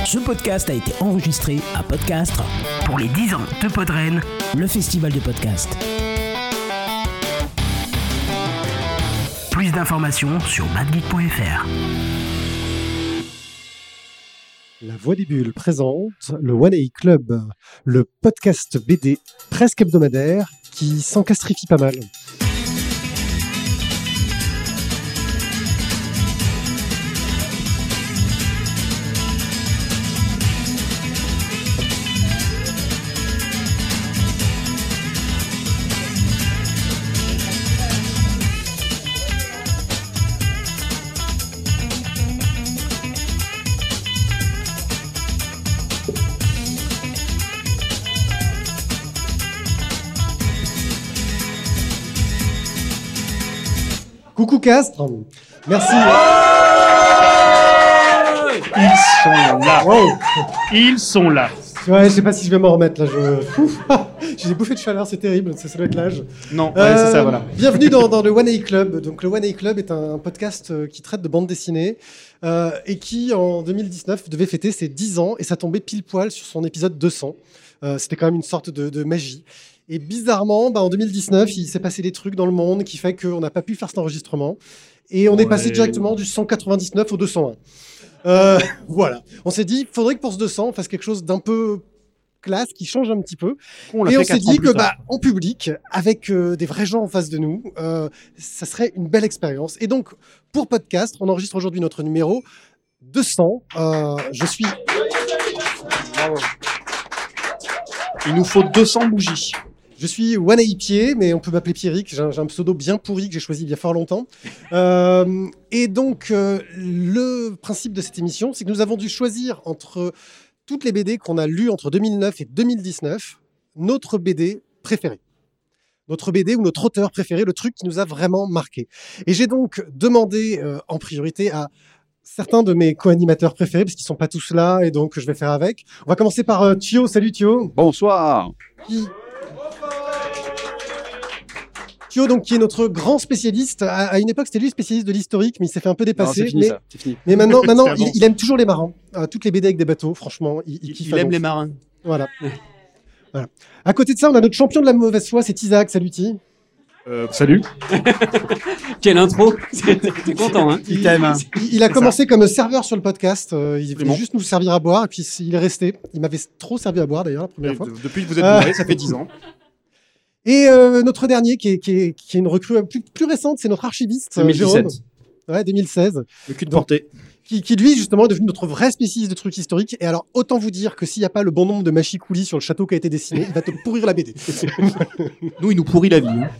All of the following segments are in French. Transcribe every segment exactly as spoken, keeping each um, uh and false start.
Ce podcast a été enregistré à Podcastre pour les dix ans de Podren, le festival de podcast. Plus d'informations sur badgeek point f r. La Voix des Bulles présente le One A Club, le podcast B D presque hebdomadaire qui s'encastrifie pas mal. Coucou Castres, merci. Ils sont là. Wow. Ils sont là. Ouais, je sais pas si je vais m'en remettre là. Je... Ouf. J'ai des bouffées de chaleur, c'est terrible. Ça, ça doit être l'âge. Non, ouais, euh, c'est ça, voilà. Bienvenue dans, dans le One A Club. Donc le One A Club est un podcast qui traite de bande dessinée euh, et qui en deux mille dix-neuf devait fêter ses dix ans et ça tombait pile poil sur son épisode deux cents. Euh, c'était quand même une sorte de, de magie. Et bizarrement, bah, en deux mille dix-neuf, il s'est passé des trucs dans le monde qui fait qu'on n'a pas pu faire cet enregistrement. Et on ouais. est passé directement du cent quatre-vingt-dix-neuf au deux cent un. Euh, voilà. On s'est dit, il faudrait que pour ce deux cents, on fasse quelque chose d'un peu classe, qui change un petit peu. On et on s'est dit que, bah, en public, avec euh, des vrais gens en face de nous, euh, ça serait une belle expérience. Et donc, pour Podcast, on enregistre aujourd'hui notre numéro deux cents. Euh, je suis... Bravo. Il nous faut deux cents bougies. Je suis One A Pied, mais on peut m'appeler Pierrick. J'ai un, j'ai un pseudo bien pourri que j'ai choisi il y a fort longtemps. Euh, et donc, euh, le principe de cette émission, c'est que nous avons dû choisir entre toutes les B D qu'on a lues entre deux mille neuf et deux mille dix-neuf, notre B D préférée. Notre B D ou notre auteur préféré, le truc qui nous a vraiment marqué. Et j'ai donc demandé euh, en priorité à certains de mes co-animateurs préférés, parce qu'ils ne sont pas tous là, et donc je vais faire avec. On va commencer par euh, Thio. Salut Thio. Bonsoir. Qui... Thio, donc, qui est notre grand spécialiste. À, à une époque, c'était lui le spécialiste de l'historique, mais il s'est fait un peu dépasser. Non, c'est fini, mais, ça. C'est fini. mais maintenant, maintenant il, il aime toujours les marins. Euh, toutes les B D avec des bateaux, franchement, il, il, il kiffe. Il aime les marins. Voilà. Voilà. À côté de ça, on a notre champion de la mauvaise foi, c'est Isaac. Salut, Ti. Euh, salut. Quelle intro. T'es content, hein. Il t'aime. Hein. Il, il a commencé ça. Comme serveur sur le podcast. Euh, il voulait juste nous servir à boire, et puis il est resté. Il m'avait trop servi à boire, d'ailleurs, la première et fois. Depuis que vous êtes bourré, euh... ça fait dix ans. Et euh, notre dernier, qui est, qui, est, qui est une recrue plus, plus récente, c'est notre archiviste, deux mille dix-sept. Jérôme. Ouais, deux mille seize. Le cul de portée. Qui, qui, lui, justement, est devenu notre vrai spécialiste de trucs historiques. Et alors, autant vous dire que s'il n'y a pas le bon nombre de machicoulis sur le château qui a été dessiné, il va te pourrir la B D. Nous, il nous pourrit la vie. Hein.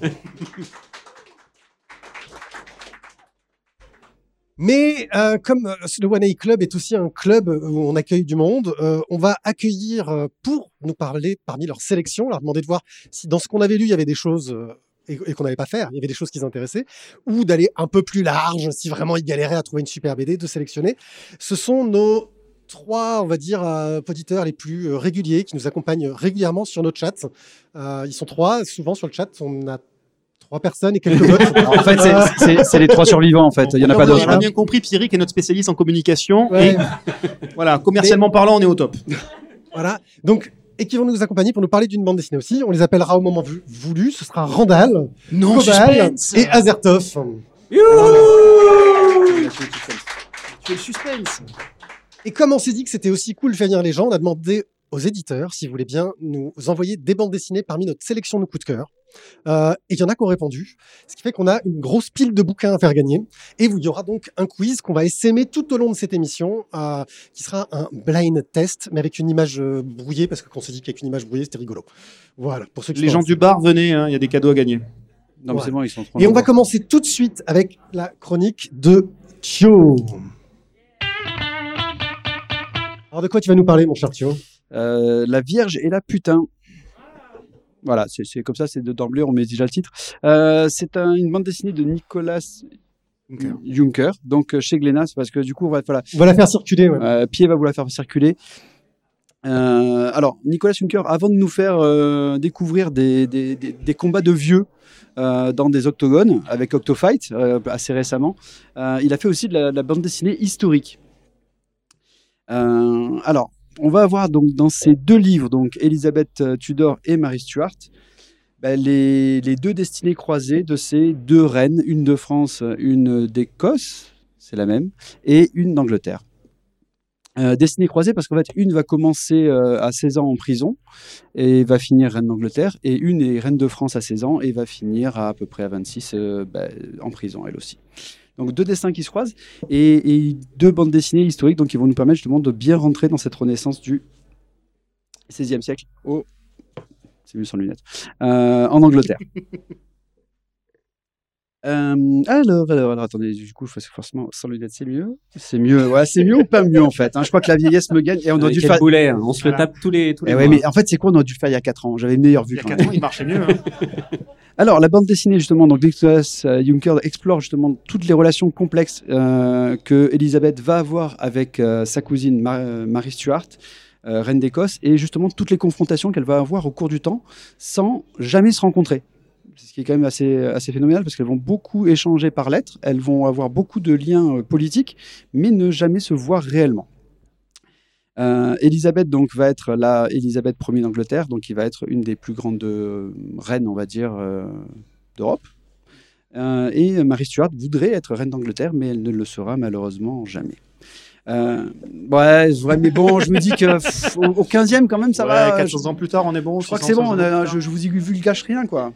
Mais euh, comme euh, le One A Club est aussi un club où on accueille du monde, euh, on va accueillir euh, pour nous parler parmi leurs sélections, leur demander de voir si dans ce qu'on avait lu, il y avait des choses euh, et, et qu'on n'allait pas faire, il y avait des choses qui les intéressaient, ou d'aller un peu plus large si vraiment ils galéraient à trouver une super B D, de sélectionner. Ce sont nos trois, on va dire, euh, auditeurs les plus euh, réguliers qui nous accompagnent régulièrement sur notre chat. Euh, ils sont trois, souvent sur le chat, on a trois personnes et quelques votes. En fait, c'est, c'est, c'est les trois survivants, en fait. Il n'y en a pas d'autres. On a bien compris, Pierrick est notre spécialiste en communication. Ouais. Et voilà, commercialement Mais... parlant, on est au top. Voilà. Donc, et qui vont nous accompagner pour nous parler d'une bande dessinée aussi. On les appellera au moment voulu. Ce sera Randall, non, Cobal et Azertov. Youhou Tu es le suspense. Et comme on s'est dit que c'était aussi cool de faire venir les gens, on a demandé aux éditeurs s'ils voulaient bien nous envoyer des bandes dessinées parmi notre sélection de coups de cœur. Euh, et il y en a qui ont répondu, ce qui fait qu'on a une grosse pile de bouquins à faire gagner. Et il y aura donc un quiz qu'on va essaimer tout au long de cette émission, euh, qui sera un blind test, mais avec une image euh, brouillée, parce qu'on s'est dit qu'avec une image brouillée, c'était rigolo. Voilà, pour ceux qui Les gens du bar, venez, hein, il y a des cadeaux à gagner. Non, mais c'est bon, ils sont trop Et on va commencer tout de suite avec la chronique de Thio. Alors de quoi tu vas nous parler, mon cher Thio? euh, La Vierge et la putain. Voilà, c'est, c'est comme ça, c'est de d'emblée, on met déjà le titre. Euh, c'est un, une bande dessinée de Nicolas Juncker, Juncker donc chez Glénat, c'est parce que du coup, on va, voilà, on va la faire circuler. Ouais. Euh, Pied va vous la faire circuler. Euh, alors, Nicolas Juncker, avant de nous faire euh, découvrir des, des, des, des combats de vieux euh, dans des octogones, avec Octofight, euh, assez récemment, euh, il a fait aussi de la, de la bande dessinée historique. Euh, alors, on va avoir donc dans ces deux livres, donc Elizabeth Tudor et Mary Stuart, ben, les, les deux destinées croisées de ces deux reines, une de France, une d'Écosse, c'est la même, et une d'Angleterre. Euh, destinée croisée parce qu'en fait, une va commencer euh, à seize ans en prison et va finir reine d'Angleterre, et une est reine de France à seize ans et va finir à, à peu près à vingt-six euh, ben, en prison, elle aussi. Donc deux destins qui se croisent et, et deux bandes dessinées historiques donc, qui vont nous permettre justement de bien rentrer dans cette renaissance du seizième siècle au... C'est mieux sans lunettes. Euh, en Angleterre. euh, alors, alors, alors, attendez, du coup, forcément, sans lunettes, c'est mieux. C'est mieux, ouais, c'est mieux ou pas mieux en fait. Hein, je crois que la vieillesse me gagne. Et on a dû faire. Boulet, hein, on se le tape tous les. Tous les et ouais, mais en fait, c'est quoi on a dû le faire il y a quatre ans. J'avais une meilleure vue. Il y a quatre ans, il marchait mieux. Hein. Alors, la bande dessinée, justement, donc Nicholas Juncker explore justement toutes les relations complexes euh, que Elisabeth va avoir avec euh, sa cousine Mar- Mary Stuart. Euh, reine d'Écosse, et justement toutes les confrontations qu'elle va avoir au cours du temps sans jamais se rencontrer. Ce qui est quand même assez, assez phénoménal parce qu'elles vont beaucoup échanger par lettres, elles vont avoir beaucoup de liens euh, politiques, mais ne jamais se voir réellement. Euh, Elisabeth donc, va être la Elisabeth première d'Angleterre, donc qui va être une des plus grandes euh, reines, on va dire, euh, d'Europe. Euh, et Mary Stuart voudrait être reine d'Angleterre, mais elle ne le sera malheureusement jamais. Euh, ouais, ouais, mais bon, je me dis que pff, au, au quinzième quand même ça ouais, va. quatorze ans plus tard, on est bon. Je crois que c'est bon. On a, je, je vous y vulgage rien quoi.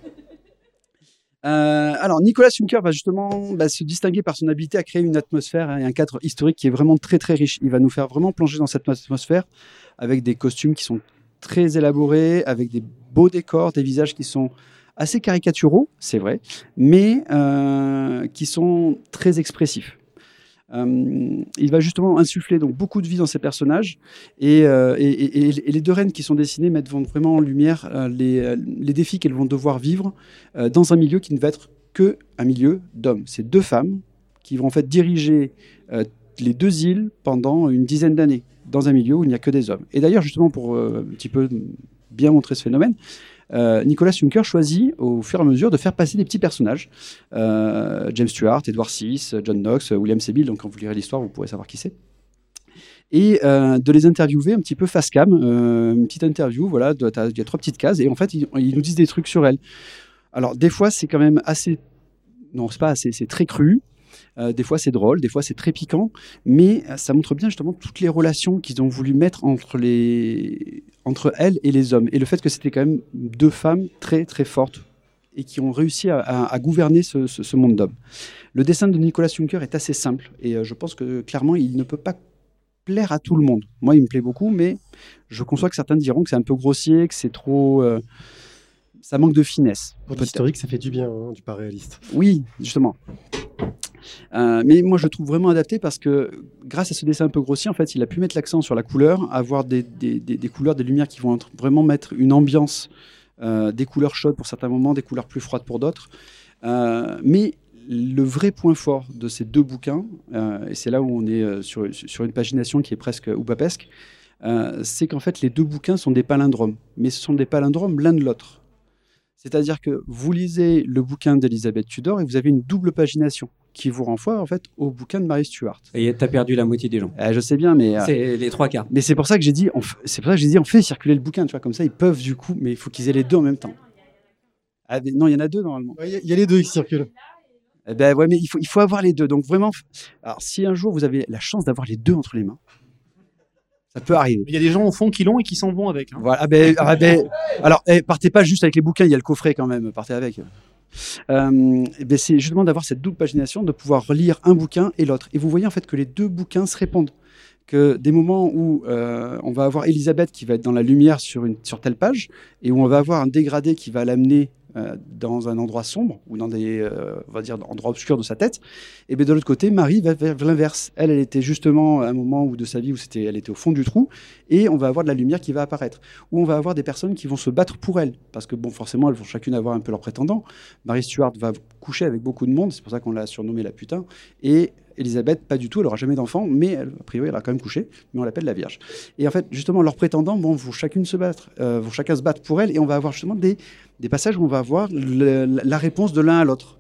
Euh, alors Nicholas Juncker va justement bah, se distinguer par son habileté à créer une atmosphère et un cadre historique qui est vraiment très très riche. Il va nous faire vraiment plonger dans cette atmosphère avec des costumes qui sont très élaborés, avec des beaux décors, des visages qui sont assez caricaturaux, c'est vrai, mais euh, qui sont très expressifs. Euh, il va justement insuffler donc beaucoup de vie dans ces personnages et, euh, et, et, et les deux reines qui sont dessinées mettent vraiment en lumière euh, les, les défis qu'elles vont devoir vivre euh, dans un milieu qui ne va être que un milieu d'hommes. C'est deux femmes qui vont en fait diriger euh, les deux îles pendant une dizaine d'années dans un milieu où il n'y a que des hommes. Et d'ailleurs justement pour euh, un petit peu bien montrer ce phénomène, Euh, Nicholas Juncker choisit au fur et à mesure de faire passer des petits personnages. Euh, James Stewart, Edward Sis, John Knox, William Sebille, donc quand vous lirez l'histoire, vous pourrez savoir qui c'est. Et euh, de les interviewer un petit peu face cam, euh, une petite interview, voilà, il y a trois petites cases, et en fait, ils, ils nous disent des trucs sur elles. Alors, des fois, c'est quand même assez... Non, c'est pas assez, c'est très cru. Euh, des fois c'est drôle, des fois c'est très piquant, mais ça montre bien justement toutes les relations qu'ils ont voulu mettre entre, les... entre elles et les hommes. Et le fait que c'était quand même deux femmes très très fortes et qui ont réussi à, à, à gouverner ce, ce, ce monde d'hommes. Le dessin de Nicholas Juncker est assez simple et euh, je pense que clairement il ne peut pas plaire à tout le monde. Moi il me plaît beaucoup, mais je conçois que certains diront que c'est un peu grossier, que c'est trop... Euh... ça manque de finesse. Pour l'historique, ça fait du bien, hein, du pas réaliste. Oui, justement. Euh, mais moi je le trouve vraiment adapté parce que grâce à ce dessin un peu grossier, en fait, il a pu mettre l'accent sur la couleur, avoir des, des, des, des couleurs, des lumières qui vont vraiment mettre une ambiance, euh, des couleurs chaudes pour certains moments, des couleurs plus froides pour d'autres. Euh, mais le vrai point fort de ces deux bouquins, euh, et c'est là où on est euh, sur, sur une pagination qui est presque oupapesque, euh, c'est qu'en fait les deux bouquins sont des palindromes, mais ce sont des palindromes l'un de l'autre. C'est-à-dire que vous lisez le bouquin d'Elizabeth Tudor et vous avez une double pagination qui vous renvoie en fait au bouquin de Mary Stuart. Et t'as perdu la moitié des gens. Euh, je sais bien, mais euh, c'est les trois quarts. Mais c'est pour ça que j'ai dit, on f... c'est pour ça que j'ai dit, on fait circuler le bouquin, tu vois, comme ça ils peuvent du coup, mais il faut qu'ils aient les deux en même temps. Ah, mais... Non, il y en a deux normalement. Il ouais, y, y a les deux qui circulent. Eh ben ouais, mais il faut, il faut avoir les deux. Donc vraiment, alors si un jour vous avez la chance d'avoir les deux entre les mains. Ça peut arriver. Il y a des gens au fond qui l'ont et qui s'en vont avec. Hein. Voilà, ben, ah ben, alors, eh, partez pas juste avec les bouquins, il y a le coffret quand même, partez avec. Euh, ben, c'est justement d'avoir cette double pagination, de pouvoir lire un bouquin et l'autre. Et vous voyez en fait que les deux bouquins se répondent. Que des moments où euh, on va avoir Elisabeth qui va être dans la lumière sur, une, sur telle page, et où on va avoir un dégradé qui va l'amener euh, dans un endroit sombre, ou dans des euh, on va dire, endroits obscurs de sa tête, et bien de l'autre côté, Marie va vers l'inverse. Elle, elle était justement à un moment où, de sa vie où c'était, elle était au fond du trou, et on va avoir de la lumière qui va apparaître. Où on va avoir des personnes qui vont se battre pour elle, parce que bon, forcément, elles vont chacune avoir un peu leur prétendant. Mary Stuart va coucher avec beaucoup de monde, c'est pour ça qu'on l'a surnommée la putain, et Elisabeth, pas du tout, elle n'aura jamais d'enfant, mais elle, a priori, elle a quand même couché, mais on l'appelle la Vierge. Et en fait, justement, leurs prétendants bon, vont chacune se battre, euh, vont chacun se battre pour elle, et on va avoir justement des, des passages où on va avoir le, la réponse de l'un à l'autre.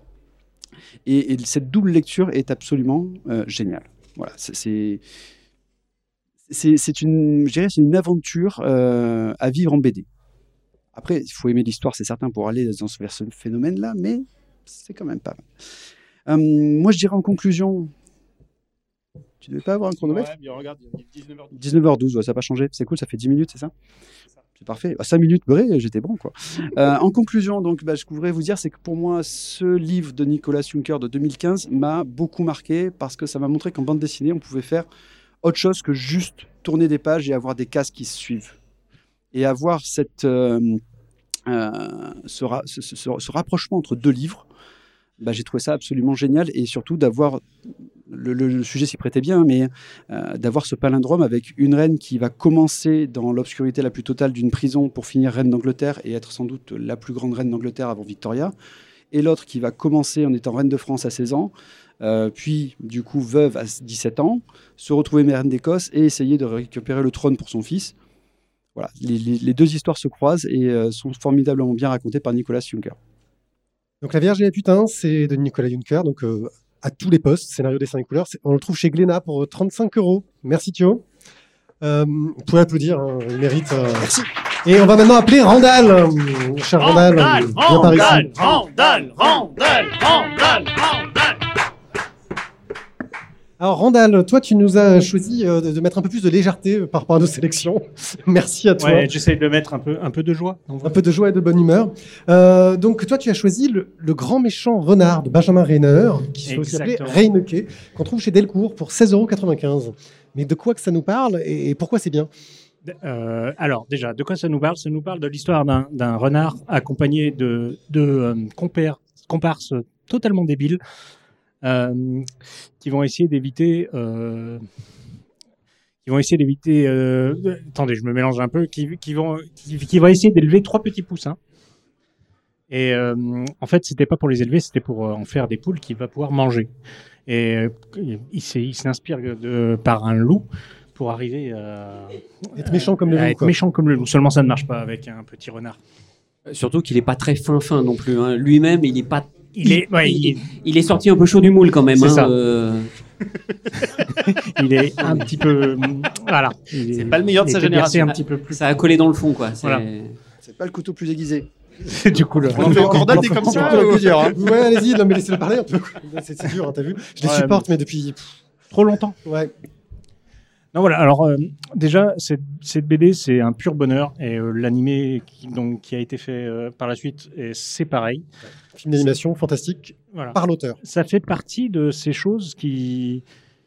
Et, et cette double lecture est absolument euh, géniale. Voilà, c'est, c'est, c'est, c'est, une, je dirais, c'est une aventure euh, à vivre en B D. Après, il faut aimer l'histoire, c'est certain, pour aller dans ce, vers ce phénomène-là, mais c'est quand même pas mal. Euh, moi, je dirais en conclusion... Tu ne devais pas avoir un chronomètre ? Ouais, bien, regarde, il est dix-neuf heures douze. dix-neuf heures douze, ouais, ça n'a pas changé. C'est cool, ça fait dix minutes, c'est ça ? C'est parfait. À cinq minutes, bré, j'étais bon, quoi. Euh, en conclusion, donc, bah, ce que je voudrais vous dire, c'est que pour moi, ce livre de Nicolas Juncker de deux mille quinze m'a beaucoup marqué parce que ça m'a montré qu'en bande dessinée, on pouvait faire autre chose que juste tourner des pages et avoir des cases qui se suivent. Et avoir cette, euh, euh, ce, ra- ce, ce, ce rapprochement entre deux livres, bah, j'ai trouvé ça absolument génial, et surtout d'avoir, le, le, le sujet s'y prêtait bien, mais euh, d'avoir ce palindrome avec une reine qui va commencer dans l'obscurité la plus totale d'une prison pour finir reine d'Angleterre et être sans doute la plus grande reine d'Angleterre avant Victoria, et l'autre qui va commencer en étant reine de France à seize ans, euh, puis du coup veuve à dix-sept ans, se retrouver reine d'Écosse et essayer de récupérer le trône pour son fils. Voilà, les, les, les deux histoires se croisent et euh, sont formidablement bien racontées par Nicolas Juncker. Donc La Vierge et la Putain, c'est de Nicolas Juncker, donc euh, à tous les postes, scénario, dessin et couleurs. C'est- On le trouve chez Glénat pour trente-cinq euros. Merci Thio. Euh, vous pouvez applaudir, hein, il mérite. euh, Merci. Et on va maintenant appeler Randall, euh, cher Randall. euh, viens par ici. Randall, Randall, Randall, Randall, Randall. Alors Randall, toi tu nous as choisi euh, de, de mettre un peu plus de légèreté euh, par rapport à nos sélections. Merci à toi. Ouais, j'essaie de mettre un peu, un peu de joie. Un peu de joie et de bonne humeur. Euh, donc toi tu as choisi le, le grand méchant renard de Benjamin Rainer, qui se fait aussi appeler Exactement. Reineke, qu'on trouve chez Delcourt pour seize euros quatre-vingt-quinze. Mais de quoi que ça nous parle et, et pourquoi c'est bien? Euh, alors déjà, de quoi ça nous parle? Ça nous parle de l'histoire d'un, d'un renard accompagné de, de euh, compères, comparses totalement débiles euh, qui vont essayer d'éviter... Euh, qui vont essayer d'éviter... Euh, euh, attendez, je me mélange un peu. Qui, qui, vont, qui, qui vont essayer d'élever trois petits poussins. Et euh, en fait, c'était pas pour les élever, c'était pour euh, en faire des poules qu'il va pouvoir manger. Et euh, il, s'est- il s'inspire de, par un loup pour arriver à Être méchant comme le à loup, être quoi. méchant comme le loup. Seulement, ça ne marche pas avec un petit renard. Surtout qu'il est pas très fin fin non plus. Hein. Lui-même, il est pas. Il est, ouais, il, il est, il est sorti un peu chaud du moule quand même. C'est hein, ça. euh, il est un petit peu, voilà. Il est- C'est pas le meilleur de il sa était versé génération. un petit peu plus. Ça a collé dans le fond, quoi. C'est- Voilà. C'est pas le couteau plus aiguisé. du coup, le On fait encore dater comme ça. Il y en a ou- plusieurs, hein. Ouais, allez-y, non mais laissez-le parler un peu. C'est, c'est dur, hein, t'as vu. Je les Ouais, supporte, mais depuis... pff, trop longtemps. ouais. Non, voilà. Alors, euh, déjà, cette, cette B D, c'est un pur bonheur. Et euh, l'animé qui, donc, qui a été fait euh, par la suite, et c'est pareil. Film d'animation fantastique Voilà. par l'auteur. Ça fait partie de ces choses qui...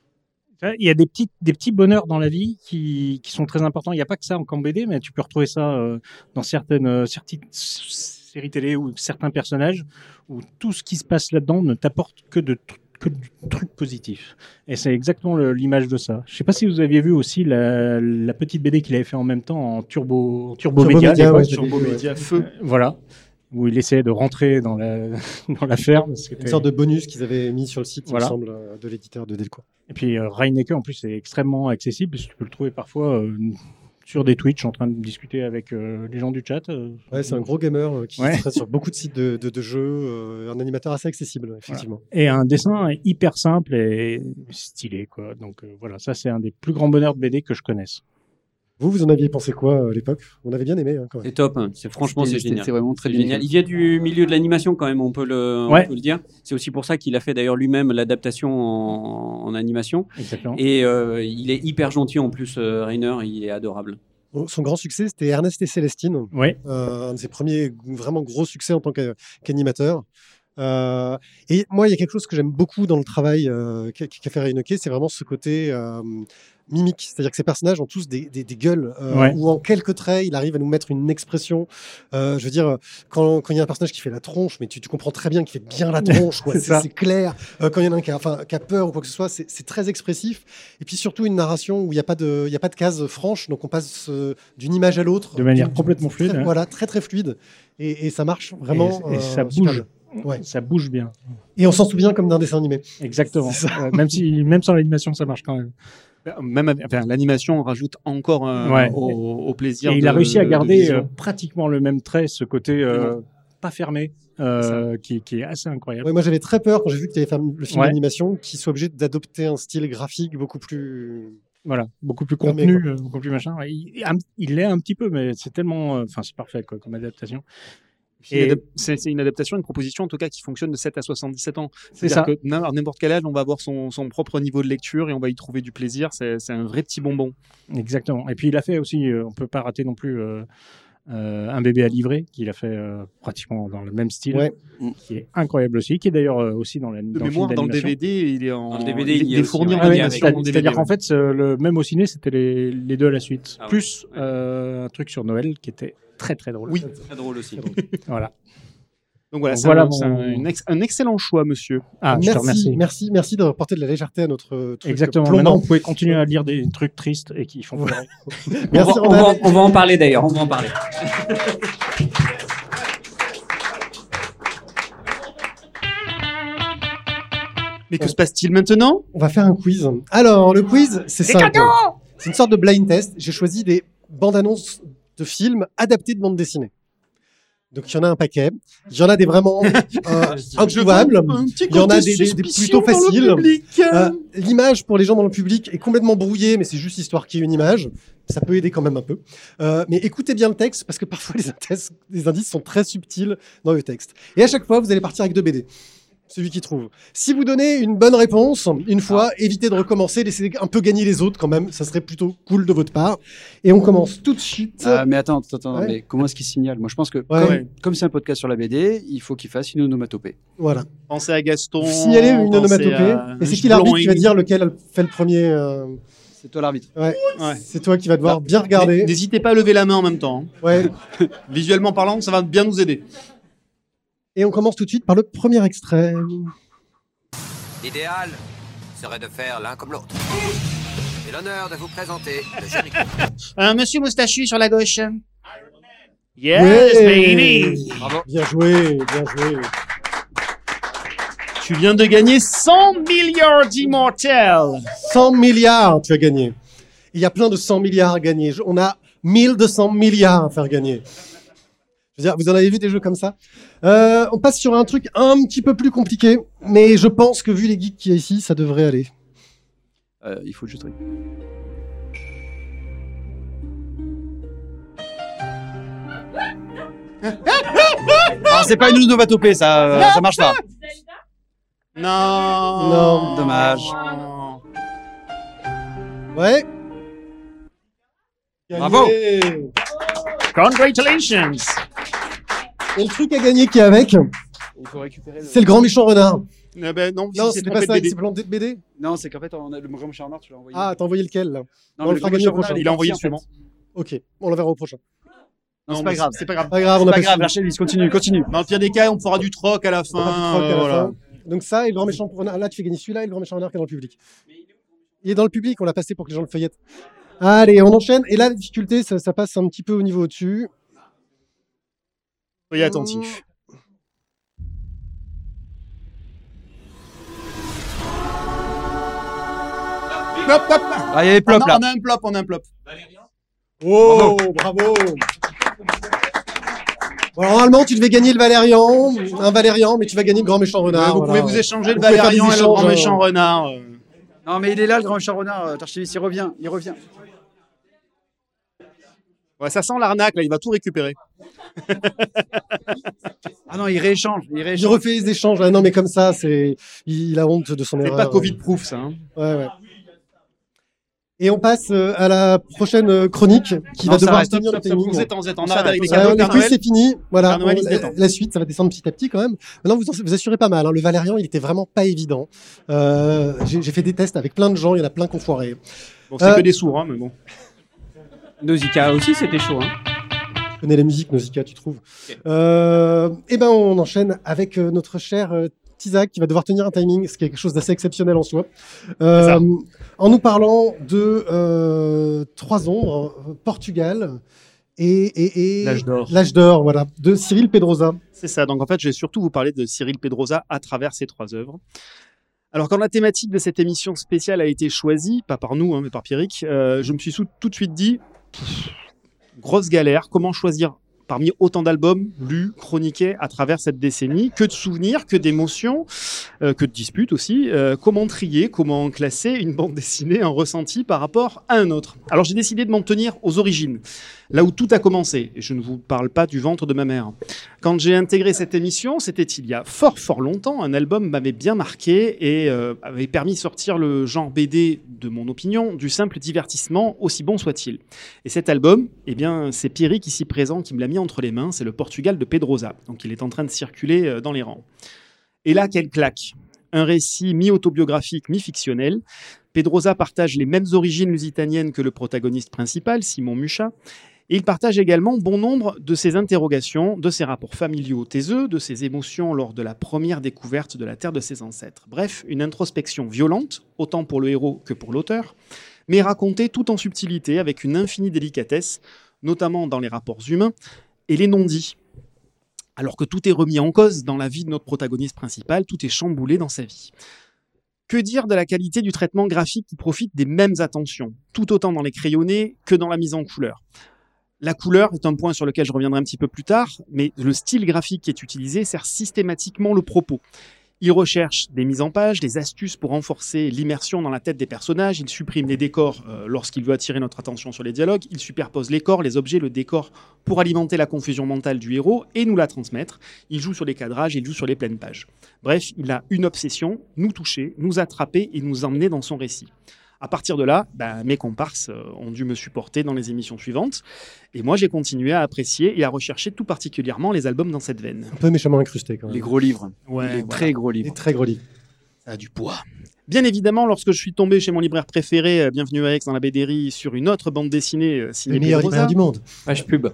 Il y a des petits, des petits bonheurs dans la vie qui, qui sont très importants. Il n'y a pas que ça en qu'en B D, mais tu peux retrouver ça euh, dans certaines, euh, certaines séries télé ou certains personnages où tout ce qui se passe là-dedans ne t'apporte que, de, tr- que du truc positif. Et c'est exactement le- l'image de ça. Je ne sais pas si vous aviez vu aussi la, la petite B D qu'il avait fait en même temps en Turbo, Turbo, Turbo Média. Média, à l'époque. ouais, je l'ai Turbo vu, ouais. Média, feu. Euh, Voilà. Où il essayait de rentrer dans la, dans la ferme. C'était- Une sorte de bonus qu'ils avaient mis sur le site, Voilà. il me semble, euh, de l'éditeur de Delcourt. Et puis euh, Reineke, en plus, c'est extrêmement accessible, parce que tu peux le trouver parfois euh, sur des Twitch en train de discuter avec euh, les gens du chat. euh. Ouais, c'est un gros gamer euh, qui Ouais. se traite sur beaucoup de sites de, de, de jeux, euh, un animateur assez accessible, effectivement. Et un dessin hyper simple et stylé, quoi. Donc euh, voilà, ça, c'est un des plus grands bonheurs de B D que je connaisse. Vous, vous en aviez pensé quoi euh, à l'époque? On avait bien aimé, hein, quand même. C'est top. hein. C'est franchement, C'était- c'est génial. C'est vraiment très C'est bien. génial. Il vient du milieu de l'animation quand même, on peut le, on Ouais. peut le dire. C'est aussi pour ça qu'il a fait d'ailleurs lui-même l'adaptation en, en animation. Exactement. Et euh, il est hyper gentil en plus, euh, Rainer, il est adorable. Bon, son grand succès, c'était Ernest et Célestine, Ouais. euh, un de ses premiers vraiment gros succès en tant qu'a- qu'animateur. Euh, et moi, il y a quelque chose que j'aime beaucoup dans le travail euh, qu'a qu'a fait Reineke, c'est vraiment ce côté euh, mimique. C'est-à-dire que ces personnages ont tous des, des, des gueules euh, Ouais. où en quelques traits, il arrive à nous mettre une expression. Euh, je veux dire, quand quand il y a un personnage qui fait la tronche, mais tu, tu comprends très bien qu'il fait bien la tronche, quoi. C'est c'est ça. c'est clair. Euh, quand il y en a un qui a, enfin, qui a peur ou quoi que ce soit, c'est c'est très expressif. Et puis surtout une narration où il n'y a pas de, il y a pas de case franche, donc on passe euh, d'une image à l'autre De manière D'une- complètement très- fluide, hein. Voilà, très très fluide. Et, et ça marche vraiment. Et, et euh, ça super bouge. bien. Ouais. Ça bouge bien. Et on s'en souvient comme d'un dessin animé. Exactement. C'est Euh, même, si, même sans l'animation, ça marche quand même. Même, avec- enfin, l'animation rajoute encore euh, Ouais. au, au plaisir. Et il de- a réussi à de garder vision. euh, pratiquement le même trait, ce côté euh, pas fermé, euh, qui, qui est assez incroyable. Ouais, moi j'avais très peur quand j'ai vu que tu allais faire le film Ouais. d'animation qu'il soit obligé d'adopter un style graphique beaucoup plus Voilà, beaucoup plus Fermé, contenu, euh, beaucoup plus machin. Il, il, il l'est un petit peu, mais c'est tellement, enfin, c'est parfait quoi, comme adaptation. Et... C'est, c'est une adaptation, une proposition en tout cas qui fonctionne de sept à soixante-dix-sept ans. C'est C'est-à-dire ça. que n'im- à n'importe quel âge, on va avoir son, son propre niveau de lecture et on va y trouver du plaisir. C'est, c'est un vrai petit bonbon. Exactement. Et puis il a fait aussi, euh, on peut pas rater non plus euh, euh, Un bébé à livrer, qu'il a fait euh, pratiquement dans le même style, Ouais. qui est incroyable aussi, qui est d'ailleurs euh, aussi dans la De dans le mémoire, film dans le d'animation. D V D, il est en. Dans le D V D, il est- il y il a est aussi fourni un en Ah ouais, animation. c'est- en D V D, C'est-à-dire ouais. qu'en fait, ce- le même au ciné, c'était les, les deux à la suite, Ah ouais. plus euh, un truc sur Noël qui était très très drôle. Oui. Très drôle aussi. Voilà. Donc voilà, Donc c'est, voilà un, mon- c'est un, une ex- un excellent choix, monsieur. Ah, je te remercie. merci, merci, merci d'avoir porté de la légèreté à notre euh, truc Exactement. plombant. Maintenant, vous pouvez continuer à lire des trucs tristes et qui font pleurer. Merci, on, va, on, va, Randall. on va en parler d'ailleurs, on va en parler. Mais que se passe-t-il maintenant? On va faire un quiz. Alors, le quiz, c'est simple. C'est une sorte de blind test. J'ai choisi des bandes annonces de films adaptés de bandes dessinées. Donc, il y en a un paquet. Il y en a des vraiment euh, introuvables. Un petit Il y en a côté des, des- des suspicion plutôt dans le faciles. public. Euh, L'image pour les gens dans le public est complètement brouillée, mais c'est juste histoire qu'il y ait une image. Ça peut aider quand même un peu. Euh, mais écoutez bien le texte, parce que parfois les indices, les indices sont très subtils dans le texte. Et à chaque fois, vous allez partir avec deux B D. Celui qui trouve. Si vous donnez une bonne réponse, une fois, évitez de recommencer, laissez un peu gagner les autres quand même. Ça serait plutôt cool de votre part. Et on commence tout de suite. Ah, mais attends, attends, attends, Ouais. mais comment est-ce qu'il signale? Moi, je pense que Ouais. comme, comme c'est un podcast sur la B D, il faut qu'il fasse une onomatopée. Voilà. Pensez à Gaston. Vous signalez une pensez onomatopée. à Et c'est un qui l'arbitre qui va blowing. dire lequel fait le premier euh, C'est toi l'arbitre. Ouais. Ouais. C'est toi qui vas devoir Alors, bien regarder. N'hésitez pas à lever la main en même temps. hein. Ouais. Visuellement parlant, ça va bien nous aider. Et on commence tout de suite par le premier extrait. L'idéal serait de faire l'un comme l'autre. J'ai l'honneur de vous présenter le Jericho. Un monsieur moustachu sur la gauche. Yes, Ouais. baby. Bravo. Bien joué, bien joué. Tu viens de gagner cent milliards d'immortels. cent milliards, tu as gagné. Il y a plein de cent milliards à gagner. Je- On a mille deux cents milliards à faire gagner. Je veux dire, vous en avez vu des jeux comme ça? Euh, on passe sur un truc un petit peu plus compliqué, mais je pense que vu les geeks qu'il y a ici, ça devrait aller. Euh, il faut juste. Ah, c'est pas une onomatopée, ça, euh, ça marche pas. Non. Non. Dommage. Ouais. Bravo. Gagné. Congratulations. Et le truc à gagner qui est avec, Il faut récupérer. Le... c'est le grand méchant renard. Eh ben, non, Non, c'est c'était trompé pas de ça, B D. c'est planté de B D. Non, c'est qu'en fait, on a le grand méchant renard, tu l'as envoyé. Ah, t'as envoyé lequel là? non, on mais le le fera grand gagner au méchant renard, prochain. Il a envoyé parti, le en suivant. Ok, on le verra au prochain. Non, c'est Non, pas mais grave. C'est pas grave. Pas grave, on C'est a pas pas grave, fini. lâchez Elvis, continue, continue. Dans le pire des cas, on fera du troc à la fin. On fera du troc à la euh, voilà. fin. Donc ça, et le grand méchant renard, là tu fais gagner celui-là et le grand méchant renard qui est dans le public. Il est dans le public, on l'a passé pour que les gens le feuillettent. Allez, on enchaîne. Et là, la difficulté, ça, ça passe un petit peu au niveau au-dessus. Soyez attentifs. Plop, plop. Ah, il y avait plop on, a, là. on a un plop, on a un plop. Oh, bravo. Bon, alors, normalement, tu devais gagner le Valérian, un Valérian, mais tu vas gagner le grand méchant renard. vous voilà. pouvez vous échanger le Vous pouvez faire Valérian des et le grand échanges, méchant euh, renard. euh. Non, mais il est là, le grand méchant renard. euh, Tarchivis, il revient, il revient. Ouais, ça sent l'arnaque, là, il va tout récupérer. Ah non, il rééchange. Il Je rééchange. refais les échanges. Ah non, mais comme ça, c'est, il a honte de son C'est erreur. pas Covid-proof, ça. hein. Ouais, ouais. Et on passe euh, à la prochaine euh, chronique qui Non, va ça devoir reste, tenir Stop, le stop, timing. Vous êtes en, vous êtes en On arrêt avec des s'arrête. cadeaux. Euh, Père le quiz, Noël. c'est fini. Voilà. Père Noël, On- il se la, détend. la suite, ça va descendre petit à petit quand même. Maintenant, vous, en- vous assurez pas mal. hein. Le Valérian, il était vraiment pas évident. Euh, J'ai j'ai fait des tests avec plein de gens. Il y en a plein qui ont foiré. Bon, c'est Euh, que des sourds, hein, mais bon. Nausicaa aussi, c'était chaud. Hein. Je connais la musique, Nausicaa, tu trouves. Euh, et ben, on enchaîne avec euh, notre cher euh, Tizak qui va devoir tenir un timing, ce qui est quelque chose d'assez exceptionnel en soi. Euh, ça. en nous parlant de euh, Trois Ombres, euh, Portugal et, et, et L'âge d'or. L'âge d'or, voilà, de Cyril Pedrosa. C'est ça. Donc en fait, je vais surtout vous parler de Cyril Pedrosa à travers ses trois œuvres. Alors quand la thématique de cette émission spéciale a été choisie, pas par nous, hein, mais par Pierrick, euh, je me suis sou- tout de suite dit, pff, grosse galère, comment choisir parmi autant d'albums lus, chroniqués à travers cette décennie. Que de souvenirs, que d'émotions, euh, que de disputes aussi. Euh, comment trier, comment classer une bande dessinée, un ressenti par rapport à un autre? Alors j'ai décidé de m'en tenir aux origines, là où tout a commencé. Et je ne vous parle pas du ventre de ma mère. Quand j'ai intégré cette émission, c'était il y a fort fort longtemps. Un album m'avait bien marqué et euh, avait permis de sortir le genre B D, de mon opinion, du simple divertissement, aussi bon soit-il. Et cet album, eh bien, c'est Pierrick ici présent qui me l'a mis entre les mains. C'est le Portugal de Pedrosa. Donc il est en train de circuler euh, dans les rangs. Et là, quelle claque! Un récit mi-autobiographique, mi-fictionnel. Pedrosa partage les mêmes origines lusitaniennes que le protagoniste principal, Simon Mucha. Et il partage également bon nombre de ses interrogations, de ses rapports familiaux taiseux, de ses émotions lors de la première découverte de la terre de ses ancêtres. Bref, une introspection violente, autant pour le héros que pour l'auteur, mais racontée tout en subtilité, avec une infinie délicatesse, notamment dans les rapports humains et les non-dits. Alors que tout est remis en cause dans la vie de notre protagoniste principal, tout est chamboulé dans sa vie. Que dire de la qualité du traitement graphique qui profite des mêmes attentions, tout autant dans les crayonnés que dans la mise en couleur? La couleur est un point sur lequel je reviendrai un petit peu plus tard, mais le style graphique qui est utilisé sert systématiquement le propos. Il recherche des mises en page, des astuces pour renforcer l'immersion dans la tête des personnages. Il supprime les décors euh, lorsqu'il veut attirer notre attention sur les dialogues. Il superpose les corps, les objets, le décor pour alimenter la confusion mentale du héros et nous la transmettre. Il joue sur les cadrages, il joue sur les pleines pages. Bref, il a une obsession, nous toucher, nous attraper et nous emmener dans son récit. À partir de là, bah, mes comparses euh, ont dû me supporter dans les émissions suivantes. Et moi, j'ai continué à apprécier et à rechercher tout particulièrement les albums dans cette veine. Un peu méchamment incrusté quand même. Les gros livres. Ouais, les voilà. très gros livres. Les très gros livres. Ça a du poids. Bien évidemment, lorsque je suis tombé chez mon libraire préféré, euh, Bienvenue à Aix dans la Bédérie, sur une autre bande dessinée euh, signée Le meilleur Pedrosa, libraire du monde. Page pub.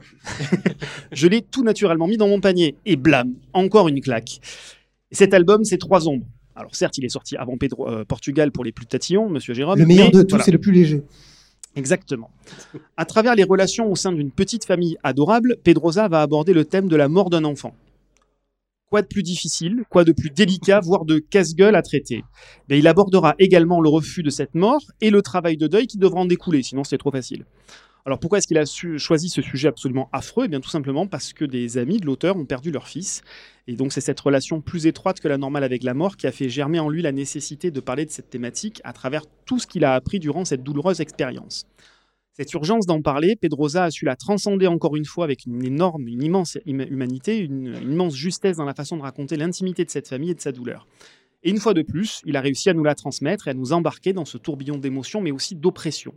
je l'ai tout naturellement mis dans mon panier. Et blam, encore une claque. Et cet album, c'est Trois Ombres. Alors certes, il est sorti avant Pedro, euh, Portugal pour les plus tatillons, Monsieur Jérôme. Le meilleur mais, de tous, voilà. c'est le plus léger. Exactement. À travers les relations au sein d'une petite famille adorable, Pedrosa va aborder le thème de la mort d'un enfant. Quoi de plus difficile, quoi de plus délicat, voire de casse-gueule à traiter? Mais il abordera également le refus de cette mort et le travail de deuil qui devra en découler, sinon c'est trop facile. Alors pourquoi est-ce qu'il a su- choisi ce sujet absolument affreux? Eh bien tout simplement parce que des amis de l'auteur ont perdu leur fils. Et donc c'est cette relation plus étroite que la normale avec la mort qui a fait germer en lui la nécessité de parler de cette thématique à travers tout ce qu'il a appris durant cette douloureuse expérience. Cette urgence d'en parler, Pedrosa a su la transcender encore une fois avec une énorme, une immense humanité, une, une immense justesse dans la façon de raconter l'intimité de cette famille et de sa douleur. Et une fois de plus, il a réussi à nous la transmettre et à nous embarquer dans ce tourbillon d'émotions mais aussi d'oppression.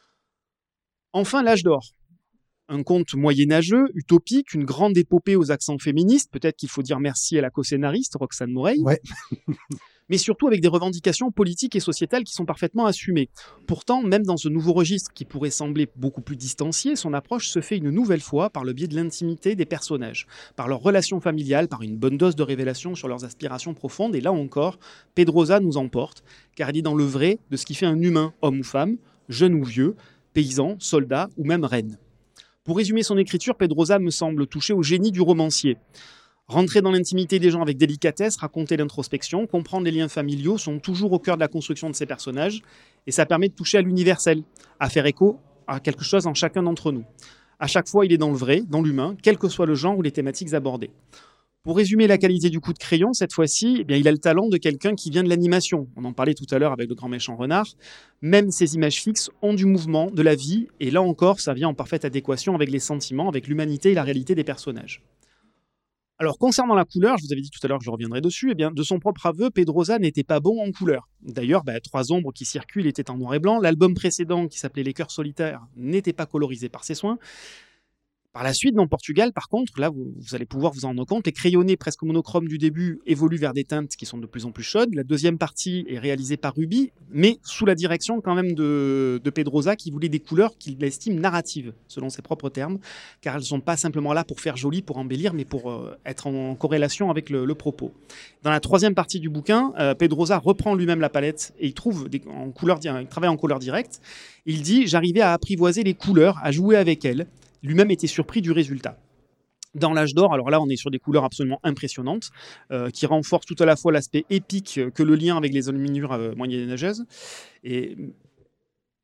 Enfin, l'âge d'or. Un conte moyenâgeux, utopique, une grande épopée aux accents féministes. Peut-être qu'il faut dire merci à la co-scénariste, Roxane Morey. Ouais. Mais surtout avec des revendications politiques et sociétales qui sont parfaitement assumées. Pourtant, même dans ce nouveau registre qui pourrait sembler beaucoup plus distancié, son approche se fait une nouvelle fois par le biais de l'intimité des personnages, par leurs relations familiales, par une bonne dose de révélation sur leurs aspirations profondes. Et là encore, Pedrosa nous emporte, car elle est dans le vrai de ce qui fait un humain, homme ou femme, jeune ou vieux, paysan, soldat ou même reine. Pour résumer son écriture, Pedrosa me semble toucher au génie du romancier. Rentrer dans l'intimité des gens avec délicatesse, raconter l'introspection, comprendre les liens familiaux sont toujours au cœur de la construction de ces personnages et ça permet de toucher à l'universel, à faire écho à quelque chose en chacun d'entre nous. À chaque fois, il est dans le vrai, dans l'humain, quel que soit le genre ou les thématiques abordées. Pour résumer la qualité du coup de crayon, cette fois-ci, eh bien, il a le talent de quelqu'un qui vient de l'animation. On en parlait tout à l'heure avec le grand méchant renard. Même ces images fixes ont du mouvement, de la vie, et là encore, ça vient en parfaite adéquation avec les sentiments, avec l'humanité et la réalité des personnages. Alors, concernant la couleur, je vous avais dit tout à l'heure que je reviendrai dessus, eh bien, de son propre aveu, Pedrosa n'était pas bon en couleur. D'ailleurs, bah, Trois Ombres qui circulent étaient en noir et blanc. L'album précédent, qui s'appelait Les Cœurs Solitaires, n'était pas colorisé par ses soins. Par la suite, dans Portugal, par contre, là, vous, vous allez pouvoir vous en rendre compte, les crayonnés presque monochromes du début évoluent vers des teintes qui sont de plus en plus chaudes. La deuxième partie est réalisée par Ruby, mais sous la direction quand même de, de Pedrosa, qui voulait des couleurs qu'il estime narratives, selon ses propres termes, car elles ne sont pas simplement là pour faire joli, pour embellir, mais pour euh, être en corrélation avec le, le propos. Dans la troisième partie du bouquin, euh, Pedrosa reprend lui-même la palette et il trouve des, en couleur, il travaille en couleur directe. Il dit « J'arrivais à apprivoiser les couleurs, à jouer avec elles. » Lui-même était surpris du résultat. Dans l'âge d'or, alors là, on est sur des couleurs absolument impressionnantes, euh, qui renforcent tout à la fois l'aspect épique que le lien avec les enluminures euh, moyenâgeuses. Et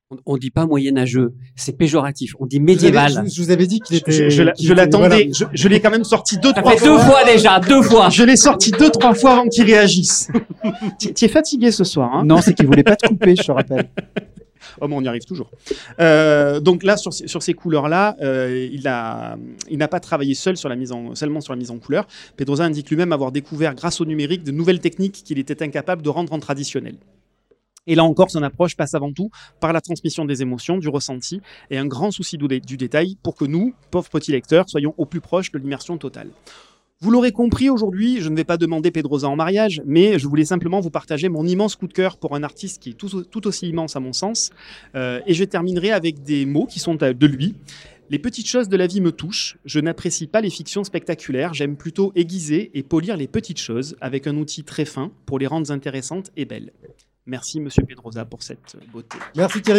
On ne dit pas moyenâgeux, c'est péjoratif. On dit Je vous, avais, médiéval. je, je vous avais dit qu'il était. Je, je, la- qu'il je était- l'attendais. voilà. Je, je l'ai quand même sorti deux, Ça trois fait deux fois déjà, deux fois. Je l'ai sorti deux, trois fois avant qu'il réagisse. tu tu es fatigué ce soir, hein? Non, c'est qu'il voulait pas te couper, je te rappelle. Oh, mais on y arrive toujours. Euh, donc là, sur, ces- sur ces couleurs-là, euh, il a, il n'a pas travaillé seul sur la mise en, seulement sur la mise en couleur. Pedrosa indique lui-même avoir découvert, grâce au numérique, de nouvelles techniques qu'il était incapable de rendre en traditionnel. Et là encore, son approche passe avant tout par la transmission des émotions, du ressenti et un grand souci du, dé- du détail pour que nous, pauvres petits lecteurs, soyons au plus proche de l'immersion totale. Vous l'aurez compris, aujourd'hui, je ne vais pas demander Pedrosa en mariage, mais je voulais simplement vous partager mon immense coup de cœur pour un artiste qui est tout, tout aussi immense à mon sens. Euh, et je terminerai avec des mots qui sont de lui. Les petites choses de la vie me touchent. Je n'apprécie pas les fictions spectaculaires. J'aime plutôt aiguiser et polir les petites choses avec un outil très fin pour les rendre intéressantes et belles. Merci, Monsieur Pedrosa, pour cette beauté. Merci Thierry.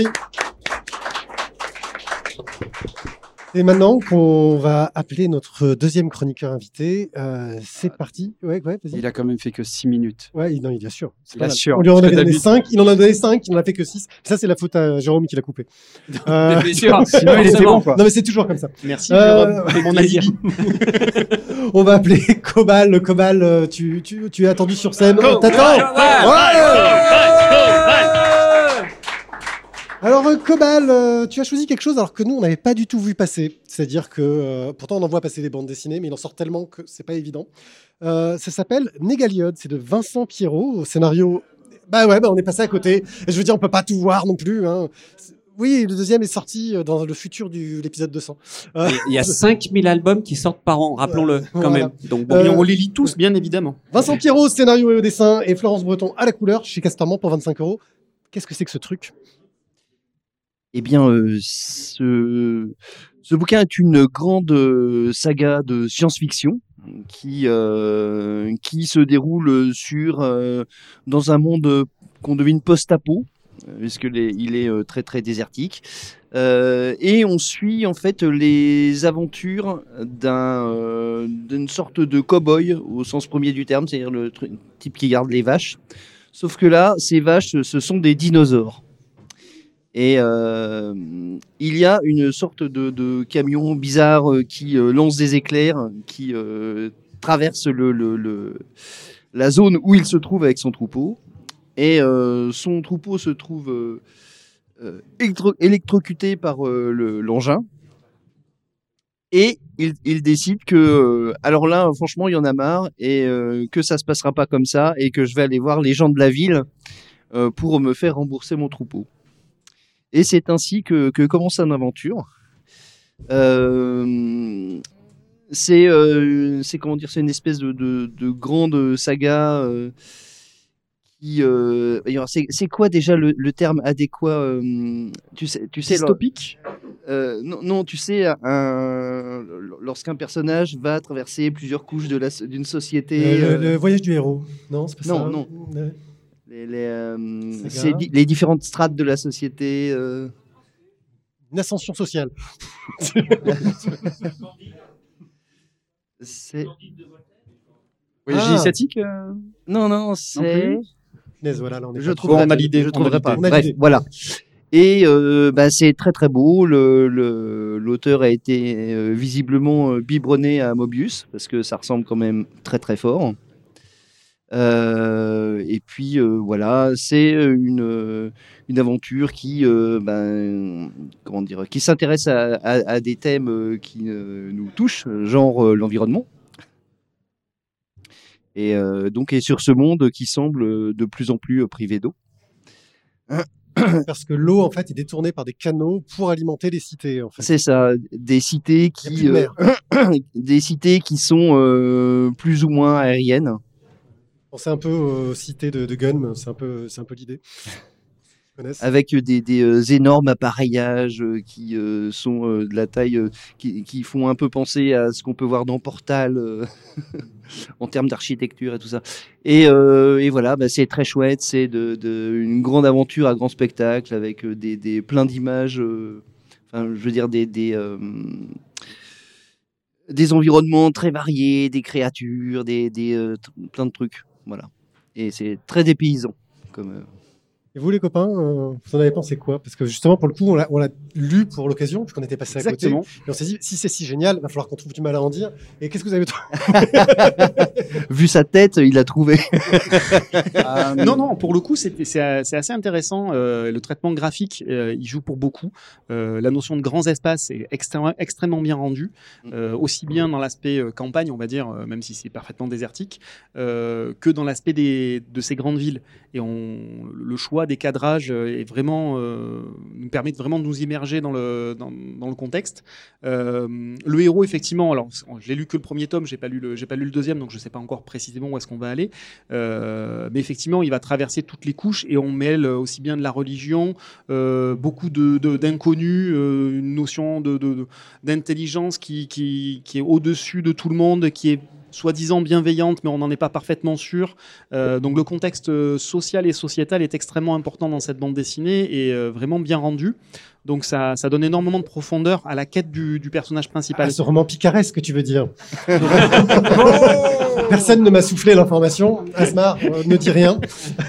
Et maintenant qu'on va appeler notre deuxième chroniqueur invité, euh, c'est parti. Ouais, ouais, vas-y. Il a quand même fait que six minutes. Ouais, il- non, il- bien sûr. C'est Il pas mal. assure. On lui en Parce avait que donné d'habitude- cinq, il en a donné cinq, il n'en a fait que six. Ça, c'est la faute à Jérôme qui l'a coupé. Euh, Bien sûr. Sinon, il était Forcément. bon, quoi. non, mais c'est toujours comme ça. Merci, Euh, Jérôme, pour mon plaisir. alibi. On va appeler Cobal. Cobal, euh, tu, tu, tu es attendu sur scène. Cobal. T'attends. Ouais. Alors, euh, Cobal, euh, tu as choisi quelque chose alors que nous, on n'avait pas du tout vu passer. C'est-à-dire que, euh, pourtant, on en voit passer des bandes dessinées, mais il en sort tellement que c'est pas évident. Euh, ça s'appelle Négaliode. C'est de Vincent Pierrot, au scénario. Bah ouais, bah on est passé à côté. Et je veux dire, on peut pas tout voir non plus. Hein. C'est- Oui, le deuxième est sorti euh, dans le futur de l'épisode deux cents. Euh, Il y a cinq mille albums qui sortent par an, rappelons-le quand Voilà. même. Donc bon, Euh, Et on les lit tous, bien évidemment. Vincent Pierrot, au scénario et au dessin, et Florence Breton à la couleur, chez Castorman pour vingt-cinq euros. Qu'est-ce que c'est que ce truc? Eh bien, euh, ce, ce bouquin est une grande euh, saga de science-fiction qui, euh, qui se déroule sur, euh, dans un monde euh, qu'on devine post-apo, euh, puisque les- il est euh, très très désertique. Euh, et on suit en fait les aventures d'un, euh, d'une sorte de cow-boy au sens premier du terme, c'est-à-dire le tru- type qui garde les vaches. Sauf que là, ces vaches, ce sont des dinosaures. Et euh, il y a une sorte de, de camion bizarre euh, qui euh, lance des éclairs, qui euh, traverse le, le- le- la zone où il se trouve avec son troupeau. Et euh, son troupeau se trouve euh, euh, électro- électrocuté par euh, le- l'engin. Et il, il décide que, euh, alors là, franchement, il y en a marre et euh, que ça se passera pas comme ça et que je vais aller voir les gens de la ville euh, pour me faire rembourser mon troupeau. Et c'est ainsi que, que commence une aventure. Euh, c'est, euh, c'est comment dire, c'est une espèce de, de, de grande saga euh, qui. euh, alors, c'est, c'est quoi déjà le, le terme adéquat euh, Tu sais, tu sais. Dystopique. Euh, non, non, tu sais, un, lorsqu'un personnage va traverser plusieurs couches de la, d'une société. Euh, le, euh, le voyage du héros. Non, c'est pas Non, ça. non. Ouais. les, les, euh, Saga. c'est di- les différentes strates de la société. euh, Une ascension sociale. c'est... Voyage Ah. initiatique euh Non, non, c'est. Punaise, voilà, là, on est Je pas- trouverai, on a l'idée, je on a trouverai l'idée. pas. On a Bref, l'idée. voilà. Et euh, bah, c'est très très beau. Le, le- l'auteur a été euh, visiblement euh, biberonné à Mobius parce que ça ressemble quand même très très fort. Euh, et puis euh, voilà, c'est une, euh, une aventure qui, euh, ben, comment dire, qui s'intéresse à, à- à des thèmes euh, qui euh, nous touchent, genre euh, l'environnement. Et euh, donc, et sur ce monde qui semble euh, de plus en plus euh, privé d'eau. Parce que l'eau, en fait, est détournée par des canaux pour alimenter les cités. En fait. C'est ça, des cités Il y a plus qui, de mer. euh, des cités qui sont euh, plus ou moins aériennes. C'est un peu aux cités de, de Gunn, c'est un peu, c'est un peu l'idée. Ils connaissent. Avec des, des euh, énormes appareillages euh, qui euh, sont euh, de la taille, euh, qui, qui font un peu penser à ce qu'on peut voir dans Portal euh, en termes d'architecture et tout ça. Et, euh, et voilà, bah, c'est très chouette, c'est de, de- une grande aventure à grand spectacle avec euh, des, des, plein d'images, euh, enfin, je veux dire des, des, euh, des environnements très variés, des créatures, des, des, euh, t- plein de trucs. Voilà. Et c'est très dépaysant comme. euh, Et vous, les copains, euh, vous en avez pensé quoi? Parce que justement, pour le coup, on l'a, on l'a lu pour l'occasion, puisqu'on était passé à Exactement. côté. Et on s'est dit, si c'est si génial, il va falloir qu'on trouve du mal à en dire. Et qu'est-ce que vous avez trouvé? Vu sa tête, il a trouvé. Euh, non, non, pour le coup, c'est, c'est, c'est assez intéressant. Euh, le traitement graphique, euh, il joue pour beaucoup. Euh, la notion de grands espaces est extrêmement, extrêmement bien rendue, euh, aussi bien dans l'aspect euh, campagne, on va dire, euh, même si c'est parfaitement désertique, euh, que dans l'aspect des, de ces grandes villes. Et on, le choix des cadrages est vraiment, euh, nous permet vraiment de nous immerger dans le, dans, dans le contexte. Euh, le héros, effectivement, alors je l'ai lu que le premier tome, j'ai pas lu le, j'ai pas lu le deuxième, donc je sais pas encore précisément où est-ce qu'on va aller. Euh, mais effectivement, il va traverser toutes les couches et on mêle aussi bien de la religion, euh, beaucoup de, de, d'inconnus, euh, une notion de, de, de, d'intelligence qui, qui, qui est au-dessus de tout le monde, qui est soi-disant bienveillante, mais on n'en est pas parfaitement sûr. Euh, donc le contexte social et sociétal est extrêmement important dans cette bande dessinée et euh, vraiment bien rendu. Donc ça, ça donne énormément de profondeur à la quête du, du personnage principal. Ah, ce roman picaresque, tu veux dire? Personne ne m'a soufflé l'information. Asmar, euh, ne dis rien.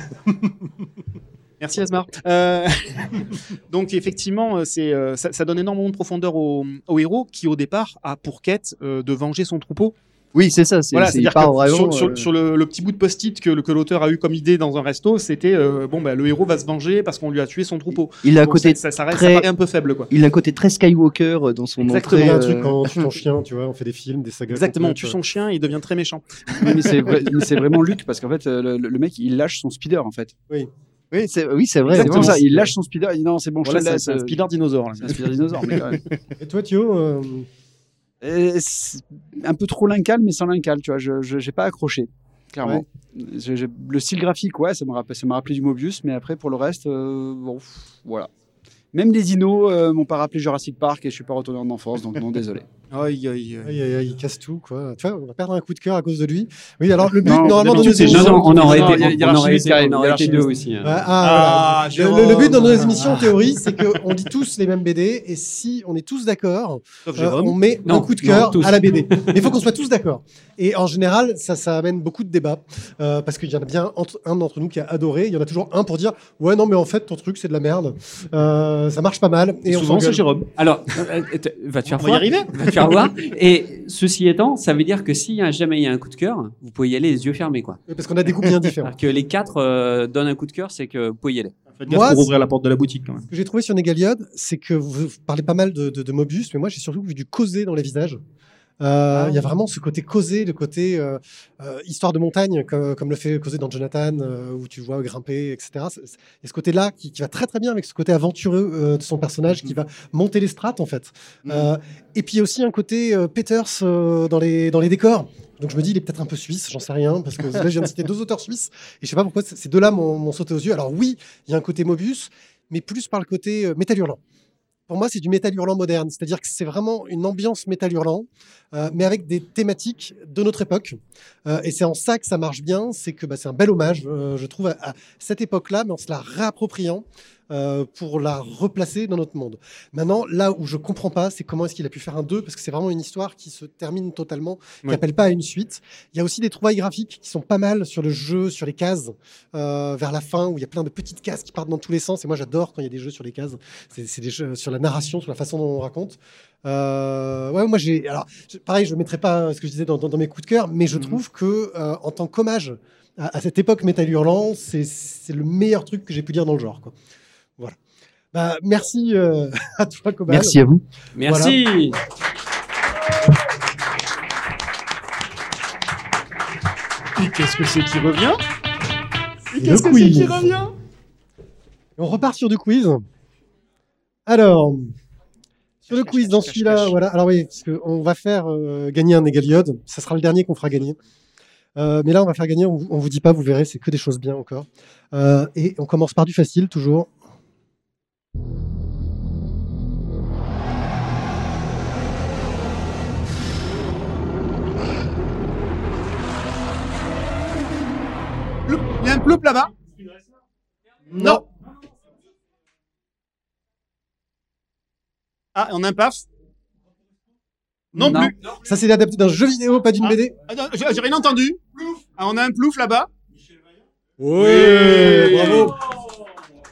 Merci Asmar. Euh, donc effectivement, c'est, euh, ça, ça donne énormément de profondeur au, au héros qui au départ a pour quête euh, de venger son troupeau. Oui, c'est ça. C'est, voilà, c'est c'est-à-dire pas que vraiment, sur, sur, euh... sur le, le petit bout de post-it que, que l'auteur a eu comme idée dans un resto, c'était euh, bon, bah, le héros va se venger parce qu'on lui a tué son troupeau. Il a un bon, côté ça, ça, ça, reste, très... ça paraît un peu faible, quoi. Il a un côté très Skywalker dans son Exactement. entrée. Il y a un euh... truc quand tu tue ton chien, tu vois, on fait des films, des sagas. Exactement, on tue son chien, il devient très méchant. Oui, mais, c'est vrai, mais c'est vraiment Luc parce qu'en fait, le, le mec il lâche son speeder en fait. Oui. Oui, c'est, oui, c'est vrai. C'est vraiment ça. Il lâche son speeder. Il dit non, c'est bon, Voilà, je te laisse. C'est un speeder dinosaure. Là. C'est un speeder dinosaure. Mais quand même. Et toi, Thio euh... Et un peu trop lincal, mais sans lincal, tu vois. Je, je j'ai pas accroché, clairement. Ouais. Je, je, le style graphique, ouais, ça m'a rappelé, ça m'a rappelé du Mobius, mais après pour le reste, euh, bon, voilà. Même les dinos euh, m'ont pas rappelé Jurassic Park et je suis pas retourné en enfance, donc non, désolé. Aïe, aïe, aïe, aïe, aïe, il casse tout, quoi. Tu vois, on va perdre un coup de cœur à cause de lui. Oui, alors le but, non, normalement, dans nos c'est émissions... non, on aurait non, été, il y a, on aurait été, on aurait été deux aussi. Hein. Ah, ah, ah voilà. le, le but dans nos émissions, en théorie, c'est qu'on lit tous les mêmes B D, et si on est tous d'accord, euh, on met non, un coup de cœur non, à la B D. Mais il faut qu'on soit tous d'accord. Et en général, ça, ça amène beaucoup de débats, euh, parce qu'il y en a bien entre, un d'entre nous qui a adoré, il y en a toujours un pour dire « Ouais, non, mais en fait, ton truc, c'est de la merde. Euh, ça marche pas mal. » Et on souvent, c'est Jérôme. Alors, euh, va te faire on va y arriver. Va te faire voir. Et ceci étant, ça veut dire que s'il y a jamais il y a un coup de cœur, vous pouvez y aller les yeux fermés, quoi. Parce qu'on a des goûts bien différents. Que les quatre euh, donnent un coup de cœur, c'est que vous pouvez y aller. Faites gaffe pour ouvrir la porte de la boutique, quand même. Ce que j'ai trouvé sur Négaliode, c'est que vous parlez pas mal de, de, de Mobius, mais moi, j'ai surtout vu du causé dans les visages. Il euh, ah. y a vraiment ce côté causé, le côté euh, euh, histoire de montagne, comme, comme le fait causer dans Jonathan, euh, où tu vois grimper, et cetera. Il y a ce côté-là qui, qui va très très bien avec ce côté aventureux euh, de son personnage, mmh. qui va monter les strates en fait. Mmh. Euh, et puis il y a aussi un côté euh, Peters euh, dans, les, dans les décors. Donc je me dis, il est peut-être un peu suisse, j'en sais rien, parce que là je viens de citer deux auteurs suisses, et je sais pas pourquoi ces deux-là m'ont, m'ont sauté aux yeux. Alors oui, il y a un côté Mobius, mais plus par le côté euh, métal hurlant. Pour moi, c'est du métal hurlant moderne, c'est-à-dire que c'est vraiment une ambiance métal hurlant, euh, mais avec des thématiques de notre époque. Euh, et c'est en ça que ça marche bien, c'est que bah, c'est un bel hommage, euh, je trouve, à, à cette époque-là, mais en se la réappropriant euh, pour la replacer dans notre monde. Maintenant, là où je comprends pas, c'est comment est-ce qu'il a pu faire un deux, parce que c'est vraiment une histoire qui se termine totalement, qui n'appelle ouais. pas à une suite. Il y a aussi des trouvailles graphiques qui sont pas mal sur le jeu, sur les cases, euh, vers la fin, où il y a plein de petites cases qui partent dans tous les sens. Et moi, j'adore quand il y a des jeux sur les cases. C'est, c'est des jeux sur la narration, sur la façon dont on raconte. Euh, ouais, moi, j'ai... Alors, pareil, je ne mettrai pas ce que je disais dans, dans, dans mes coups de cœur, mais je mmh. trouve que euh, en tant qu'hommage à, à cette époque métal hurlant, c'est, c'est le meilleur truc que j'ai pu lire dans le genre, quoi. Voilà. Bah, merci euh, à toi, Cobal. Merci à vous. Merci. Voilà. Et qu'est-ce que c'est qui revient Et qu'est-ce que c'est qui revient On repart sur du quiz. Alors, sur le quiz, dans celui-là, voilà. Alors oui, parce qu'on va faire euh, gagner un Négaliode. Ça sera le dernier qu'on fera gagner. Euh, mais là, on va faire gagner, on, on vous dit pas, vous verrez, c'est que des choses bien encore. Euh, et on commence par du facile, toujours. Il y a un ploup là-bas? Non. Ah, on a un paf? Non, non plus. Ça, c'est adapté d'un jeu vidéo, pas d'une ah. B D. Attends, j'ai, j'ai rien entendu. Ah, on a un plouf là-bas? Oui, oui, bravo.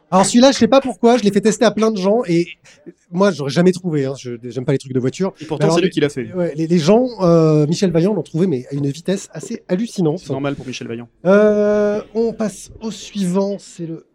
Alors celui-là, je sais pas pourquoi, je l'ai fait tester à plein de gens et moi, j'aurais jamais trouvé. Hein, je j'aime pas les trucs de voiture. Et pourtant, Alors, c'est lui les- qui l'a fait. Ouais, les, les gens, euh, Michel Vaillant l'ont trouvé, mais à une vitesse assez hallucinante. C'est normal pour Michel Vaillant. Euh, on passe au suivant, c'est le.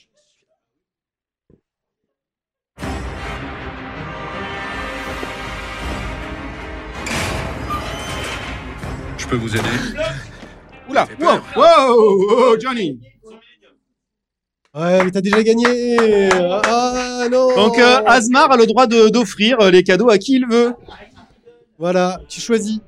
Je peux vous aider? Oula, wow, wow, oh, Johnny. Ouais, mais t'as déjà gagné. Ah non. Donc, euh, Asmar a le droit de- d'offrir euh, les cadeaux à qui il veut. Voilà, tu choisis.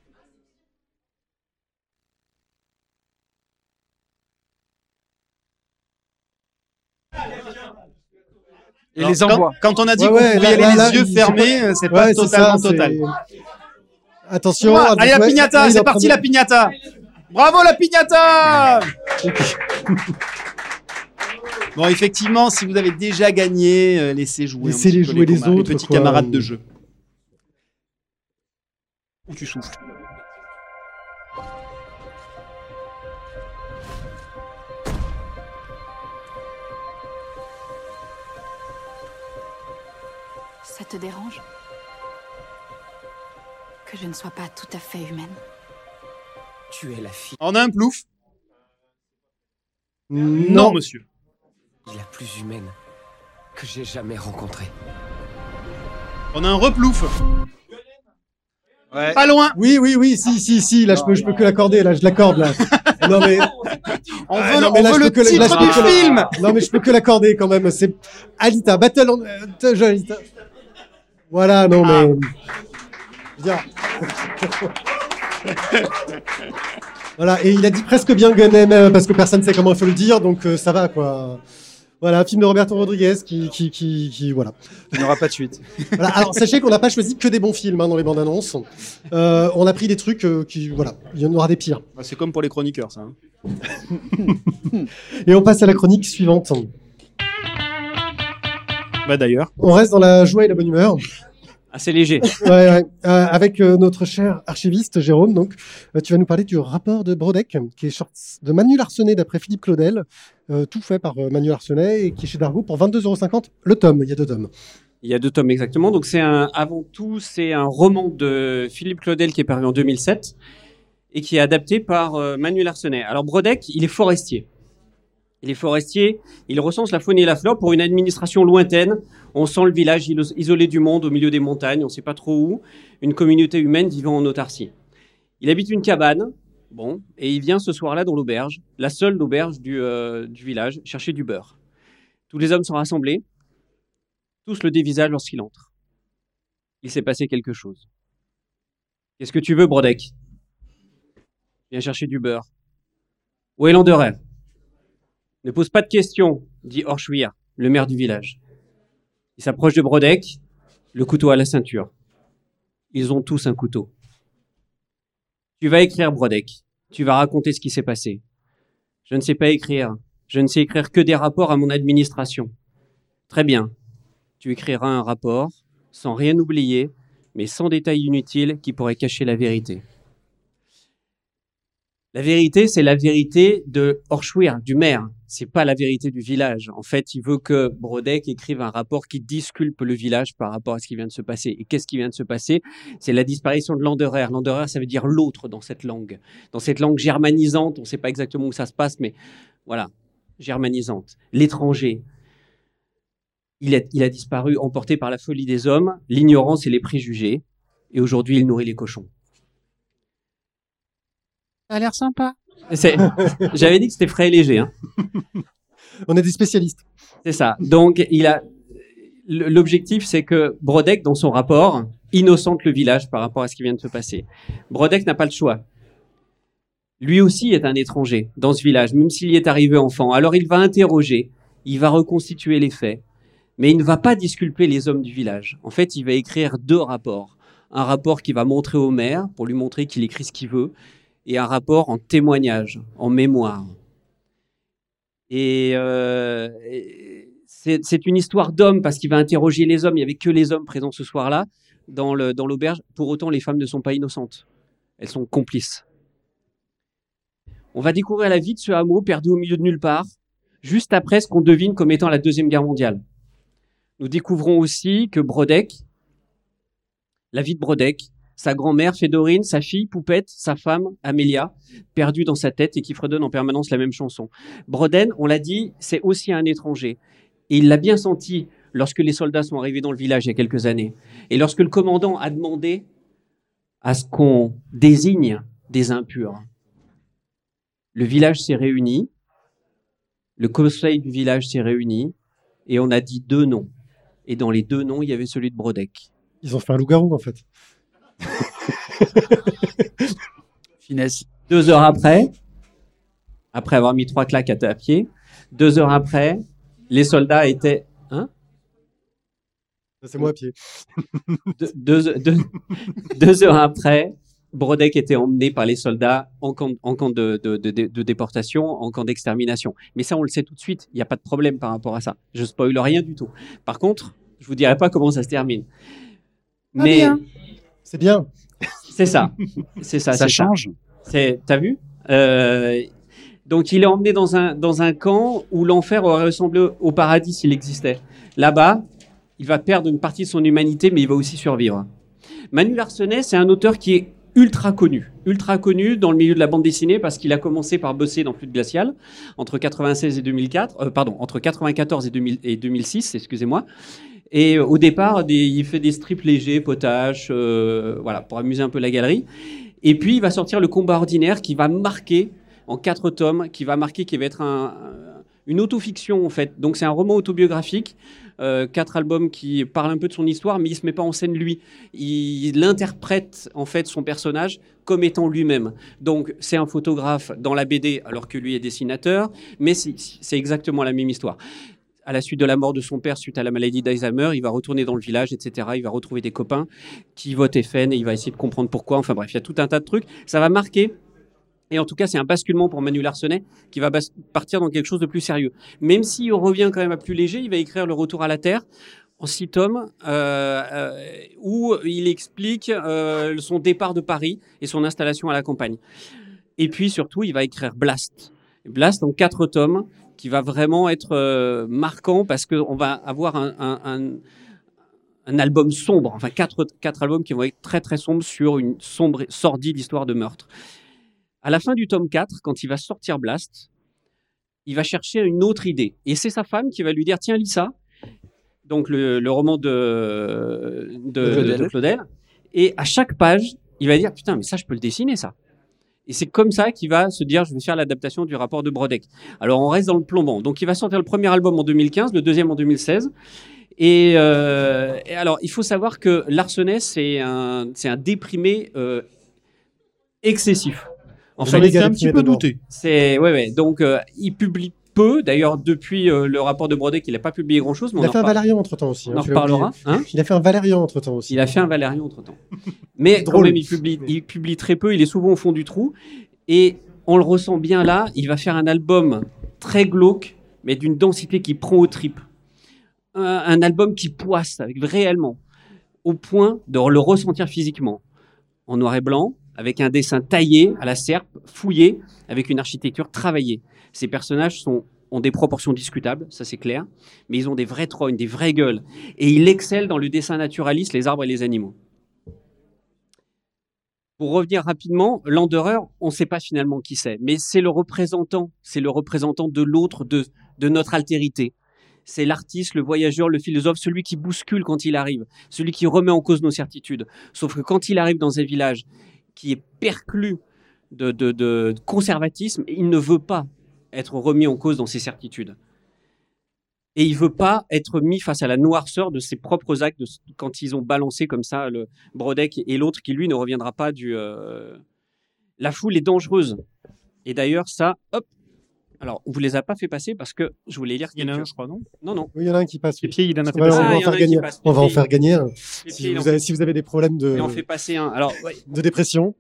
Et Alors, les envoie. Quand, quand on a dit Ouais, qu'on ouais, pouvait là- y aller là- les là, yeux il- fermés, euh, c'est pas Ouais, c'est totalement ça, total. c'est- Attention. Ouah, ah, allez, la ouais, piñata, là, il est c'est en train parti de- la piñata. Bravo la piñata. Bon, effectivement, si vous avez déjà gagné, euh, laissez jouer. un Laissez petit les peu jouer les comar- autres, petits quoi. camarades de jeu. Où tu souffles. Ça te dérange que je ne sois pas tout à fait humaine? Tu es la fille On a un plouf. Non, monsieur. la plus humaine que j'ai jamais rencontrée. On a un replouf. Ouais. Pas loin. Oui, oui, oui, si, si, si. Là, je peux, je peux que l'accorder. Là, je l'accorde. Là. Non mais, On Ah, veut, non, le- mais on là, veut je le peux que- là, titre je du peux que le- film. non mais je peux que l'accorder quand même. C'est Alita, Battle on euh, je- Alita. Voilà, non Ah. mais. Je veux dire- Voilà, et il a dit presque bien Gunnem euh, parce que personne ne sait comment il faut le dire, donc euh, ça va quoi. Voilà, film de Roberto Rodriguez qui, qui, qui, qui- voilà. Il n'aura pas de suite. Voilà. Alors sachez qu'on n'a pas choisi que des bons films hein, dans les bandes annonces. Euh, on a pris des trucs euh, qui, voilà, il y en aura des pires. Ah, c'est comme pour les chroniqueurs, ça. hein. Et on passe à la chronique suivante. Bah d'ailleurs. On reste dans la joie et la bonne humeur. Assez léger. Ouais, ouais. Euh, avec euh, notre cher archiviste Jérôme, donc, euh, tu vas nous parler du rapport de Brodeck, qui est short de Manu Larsenet d'après Philippe Claudel, euh, tout fait par euh, Manu Larsenet et qui est chez Dargaud pour vingt-deux euros cinquante le tome. Il y a deux tomes. Il y a deux tomes exactement. Donc c'est un, avant tout, c'est un roman de Philippe Claudel qui est paru en deux mille sept et qui est adapté par euh, Manu Larsenet. Alors Brodeck, il est forestier. Il est forestier, il recense la faune et la flore pour une administration lointaine. On sent le village ilo- isolé du monde au milieu des montagnes, on ne sait pas trop où. Une communauté humaine vivant en autarcie. Il habite une cabane, bon, et il vient ce soir-là dans l'auberge, la seule auberge du, euh, du village, chercher du beurre. Tous les hommes sont rassemblés, tous le dévisagent lorsqu'il entre. Il s'est passé quelque chose. Qu'est-ce que tu veux, Brodeck? Viens chercher du beurre. Où est Landerer? Ne pose pas de questions, dit Orschwir, le maire du village. Il s'approche de Brodeck, le couteau à la ceinture. Ils ont tous un couteau. Tu vas écrire, Brodeck. Tu vas raconter ce qui s'est passé. Je ne sais pas écrire. Je ne sais écrire que des rapports à mon administration. Très bien. Tu écriras un rapport, sans rien oublier, mais sans détails inutiles qui pourraient cacher la vérité. La vérité, c'est la vérité de Orschwir, du maire. C'est pas la vérité du village. En fait, il veut que Brodeck écrive un rapport qui disculpe le village par rapport à ce qui vient de se passer. Et qu'est-ce qui vient de se passer? C'est la disparition de Landerer. Landerer, ça veut dire l'autre dans cette langue. Dans cette langue germanisante, on ne sait pas exactement où ça se passe, mais voilà, germanisante. L'étranger. Il a, il a disparu, emporté par la folie des hommes, l'ignorance et les préjugés. Et aujourd'hui, il nourrit les cochons. Ça a l'air sympa. C'est- J'avais dit que c'était frais et léger. Hein. On est des spécialistes. C'est ça. Donc, il a l'objectif, c'est que Brodeck, dans son rapport, innocente le village par rapport à ce qui vient de se passer. Brodeck n'a pas le choix. Lui aussi est un étranger dans ce village, même s'il y est arrivé enfant. Alors, il va interroger, il va reconstituer les faits, mais il ne va pas disculper les hommes du village. En fait, il va écrire deux rapports. Un rapport qui va montrer au maire, pour lui montrer qu'il écrit ce qu'il veut, et un rapport en témoignage, en mémoire. Et, euh, et c'est, c'est une histoire d'hommes parce qu'il va interroger les hommes. Il n'y avait que les hommes présents ce soir-là dans, le, dans l'auberge. Pour autant, les femmes ne sont pas innocentes. Elles sont complices. On va découvrir la vie de ce hameau perdu au milieu de nulle part, juste après ce qu'on devine comme étant la Deuxième Guerre mondiale. Nous découvrons aussi que Brodeck, la vie de Brodeck, sa grand-mère Fédorine, sa fille Poupette, sa femme Amélia, perdue dans sa tête et qui fredonne en permanence la même chanson. Broden, on l'a dit, c'est aussi un étranger. Et il l'a bien senti lorsque les soldats sont arrivés dans le village il y a quelques années. Et lorsque le commandant a demandé à ce qu'on désigne des impurs. Le village s'est réuni, le conseil du village s'est réuni, et on a dit deux noms. Et dans les deux noms, il y avait celui de Brodeck. Ils ont fait un loup-garou, en fait. Finesse. Deux heures après, après avoir mis trois claques à, à pied, deux heures après, les soldats étaient... Hein? C'est moi à pied. deux, deux, deux, deux heures après, Brodeck était emmené par les soldats en camp, en camp de, de, de, de déportation, en camp d'extermination. Mais ça, on le sait tout de suite. Il n'y a pas de problème par rapport à ça. Je spoil rien du tout. Par contre, je vous dirai pas comment ça se termine. Ah Mais bien. C'est bien. C'est ça. C'est ça. Ça c'est change. Ça. C'est, t'as vu euh, Donc, il est emmené dans un dans un camp où l'enfer aurait ressemblé au paradis s'il existait. Là-bas, il va perdre une partie de son humanité, mais il va aussi survivre. Manu Larsenet, c'est un auteur qui est ultra connu, ultra connu dans le milieu de la bande dessinée parce qu'il a commencé par bosser dans Flûte glaciale entre quatre-vingt-seize et deux mille quatre, euh, pardon, entre quatre-vingt-quatorze et, deux mille, et deux mille six, excusez-moi. Et euh, au départ, des, il fait des strips légers, potaches, euh, voilà, pour amuser un peu la galerie. Et puis, il va sortir Le Combat ordinaire qui va marquer, en quatre tomes, qui va marquer, qui va être un, une autofiction, en fait. Donc, c'est un roman autobiographique. Euh, quatre albums qui parlent un peu de son histoire, mais il se met pas en scène lui. Il, il interprète en fait son personnage comme étant lui-même. Donc c'est un photographe dans la B D alors que lui est dessinateur, mais c'est, c'est exactement la même histoire. À la suite de la mort de son père suite à la maladie d'Alzheimer, il va retourner dans le village, et cetera. Il va retrouver des copains qui votent F N et il va essayer de comprendre pourquoi. Enfin bref, il y a tout un tas de trucs. Ça va marquer. Et en tout cas, c'est un basculement pour Manu Larsenet qui va bas- partir dans quelque chose de plus sérieux. Même s'il revient quand même à plus léger, il va écrire Le Retour à la Terre en six tomes euh, euh, où il explique euh, son départ de Paris et son installation à la campagne. Et puis surtout, il va écrire Blast. Blast en quatre tomes qui va vraiment être euh, marquant parce qu'on va avoir un, un, un, un album sombre, enfin quatre, quatre albums qui vont être très très sombres sur une sombre, sordide histoire de meurtre. À la fin du tome quatre, quand il va sortir Blast, il va chercher une autre idée. Et c'est sa femme qui va lui dire « Tiens, lis ça », donc le, le roman de, de, de, Claudel. de Claudel. Et à chaque page, il va dire « Putain, mais ça, je peux le dessiner, ça ». Et c'est comme ça qu'il va se dire « Je vais faire l'adaptation du rapport de Brodeck ». Alors, on reste dans le plombant. Donc, il va sortir le premier album en deux mille quinze, le deuxième en deux mille seize. Et, euh, et alors, il faut savoir que Larsenet, c'est un, c'est un déprimé euh, excessif. En fait, c'est un petit peu douté. C'est ouais ouais. Donc euh, il publie peu. D'ailleurs, depuis euh, le rapport de Brodeck, il n'a pas publié grand chose. Il a fait un Valérian entre temps aussi. On en reparlera. Hein il a fait un Valérian entre temps aussi. Il a fait un Valérian entre temps. Mais quand même, il publie, il publie très peu. Il est souvent au fond du trou. Et on le ressent bien là. Il va faire un album très glauque, mais d'une densité qui prend aux tripes. Un, un album qui poisse avec, réellement, au point de le ressentir physiquement, en noir et blanc, avec un dessin taillé à la serpe, fouillé, avec une architecture travaillée. Ces personnages sont, ont des proportions discutables, ça c'est clair, mais ils ont des vraies trognes, des vraies gueules. Et il excelle dans le dessin naturaliste, les arbres et les animaux. Pour revenir rapidement, Landerer, on ne sait pas finalement qui c'est, mais c'est le représentant, c'est le représentant de l'autre, de, de notre altérité. C'est l'artiste, le voyageur, le philosophe, celui qui bouscule quand il arrive, celui qui remet en cause nos certitudes. Sauf que quand il arrive dans un village qui est perclus de, de, de conservatisme, il ne veut pas être remis en cause dans ses certitudes. Et il ne veut pas être mis face à la noirceur de ses propres actes de, quand ils ont balancé comme ça le Brodeck et l'autre qui, lui, ne reviendra pas du... Euh... La foule est dangereuse. Et d'ailleurs, ça, hop, alors, on ne vous les a pas fait passer parce que je voulais lire... Il y en a un, je crois, non Non, non. Oui, il y en a un qui passe. Les pieds, il en a fait on va, passer. on va Ah, en faire gagner. passe, On va en pieds. faire gagner un. Les Si pieds, vous, on avez, fait- si vous avez des problèmes de, Et on fait passer un... Alors, ouais. de dépression.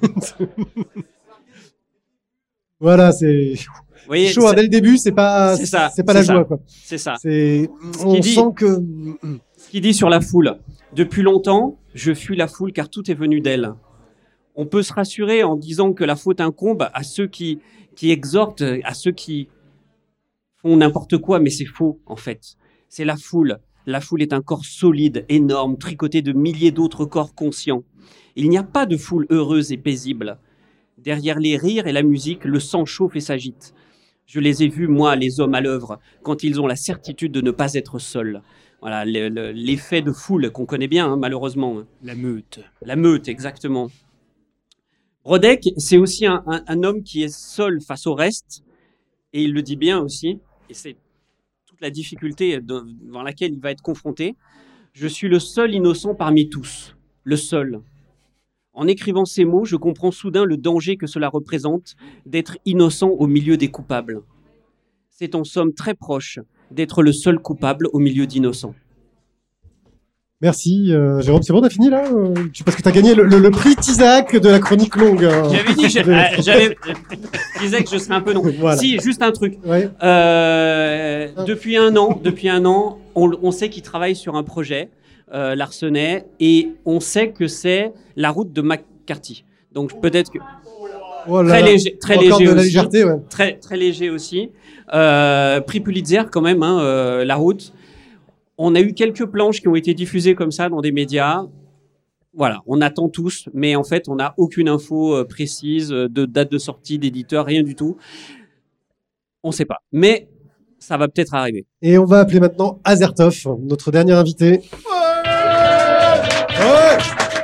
Voilà, c'est Vous voyez, chaud. hein, c'est- Dès le début, c'est pas, C'est ça, c'est pas c'est la ça. joie, quoi. c'est ça. C'est, qu'il on dit- sent que Ce qu'il dit sur la foule. Depuis longtemps, je fuis la foule car tout est venu d'elle. On peut se rassurer en disant que la faute incombe à ceux qui, qui exhortent, à ceux qui font n'importe quoi, mais c'est faux, en fait. C'est la foule. La foule est un corps solide, énorme, tricoté de milliers d'autres corps conscients. Il n'y a pas de foule heureuse et paisible. Derrière les rires et la musique, le sang chauffe et s'agite. Je les ai vus, moi, les hommes à l'œuvre, quand ils ont la certitude de ne pas être seuls. Voilà, le, le, l'effet de foule qu'on connaît bien, hein, malheureusement. La meute. La meute, exactement. Brodek, c'est aussi un, un, un homme qui est seul face au reste, et il le dit bien aussi, et c'est toute la difficulté devant laquelle il va être confronté. Je suis le seul innocent parmi tous, le seul. En écrivant ces mots, je comprends soudain le danger que cela représente d'être innocent au milieu des coupables. C'est en somme très proche d'être le seul coupable au milieu d'innocents. Merci, euh, Jérôme. C'est bon, t'as fini là euh, tu, Parce que t'as gagné le, le, le prix Tizak de la chronique longue. Hein. J'avais dit que j'ai- ah, j'avais, je disais que je serais un peu long. Voilà. Si, juste un truc. Ouais. Euh, depuis un an, depuis un an, on, on sait qu'il travaille sur un projet, euh, Larsenet, et on sait que c'est la route de McCarthy. Donc peut-être que Oh là très là. léger, très Encore léger de la aussi. légèreté, ouais. Très très léger aussi. Euh, prix Pulitzer quand même, hein, euh, la route. On a eu quelques planches qui ont été diffusées comme ça dans des médias. Voilà, on attend tous, mais en fait, on n'a aucune info euh, précise de date de sortie, d'éditeur, rien du tout. On ne sait pas, mais ça va peut-être arriver. Et on va appeler maintenant Azertov, notre dernier invité. Ouais.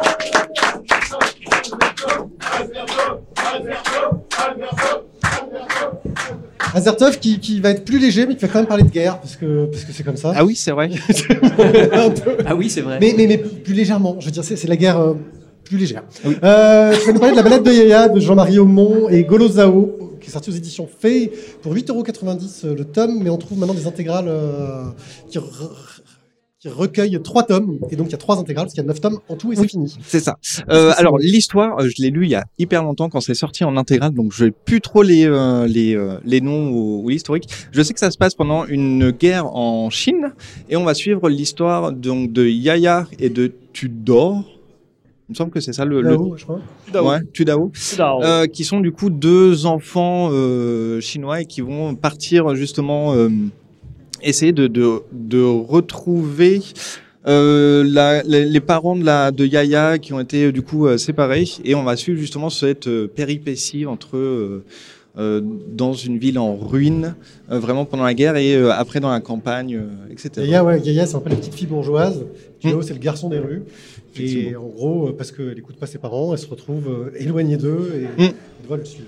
Azertov qui, qui va être plus léger, mais qui va quand même parler de guerre, parce que parce que c'est comme ça. Ah oui, c'est vrai. Ah oui, c'est vrai. Mais, mais, mais plus légèrement, je veux dire, c'est, c'est la guerre euh, plus légère. Oui. Euh, je vais nous parler de La balade de Yaya de Jean-Marie Aumont et Golo Zhao, qui est sorti aux éditions Fay pour huit euros quatre-vingt-dix le tome, mais on trouve maintenant des intégrales euh, qui, re, qui recueillent trois tomes, et donc il y a trois intégrales, parce qu'il y a neuf tomes en tout, et c'est Oui, fini. c'est ça. Euh, alors l'histoire, euh, je l'ai lu il y a hyper longtemps quand c'est sorti en intégrale, donc je n'ai plus trop les euh, les euh, les noms ou, ou l'historique. Je sais que ça se passe pendant une guerre en Chine, et on va suivre l'histoire donc de Yaya et de Tudor. Il me semble que c'est ça le. Tudao, le... je crois. Tudao. Ouais, Tudao. Tudao. Euh, qui sont du coup deux enfants euh, chinois et qui vont partir justement euh, essayer de de, de retrouver. Euh, la, les, les parents de, la, de Yaya qui ont été du coup euh, séparés, et on va suivre justement cette euh, péripétie entre euh, euh, dans une ville en ruine euh, vraiment pendant la guerre et euh, après dans la campagne, euh, et cetera. Yaya, ouais, Yaya, c'est un peu la petite fille bourgeoise. Tudao, Mmh. c'est le garçon des rues. Et en gros, euh, parce qu'elle n'écoute pas ses parents, elle se retrouve euh, éloignée d'eux et Mmh. elle doit le suivre.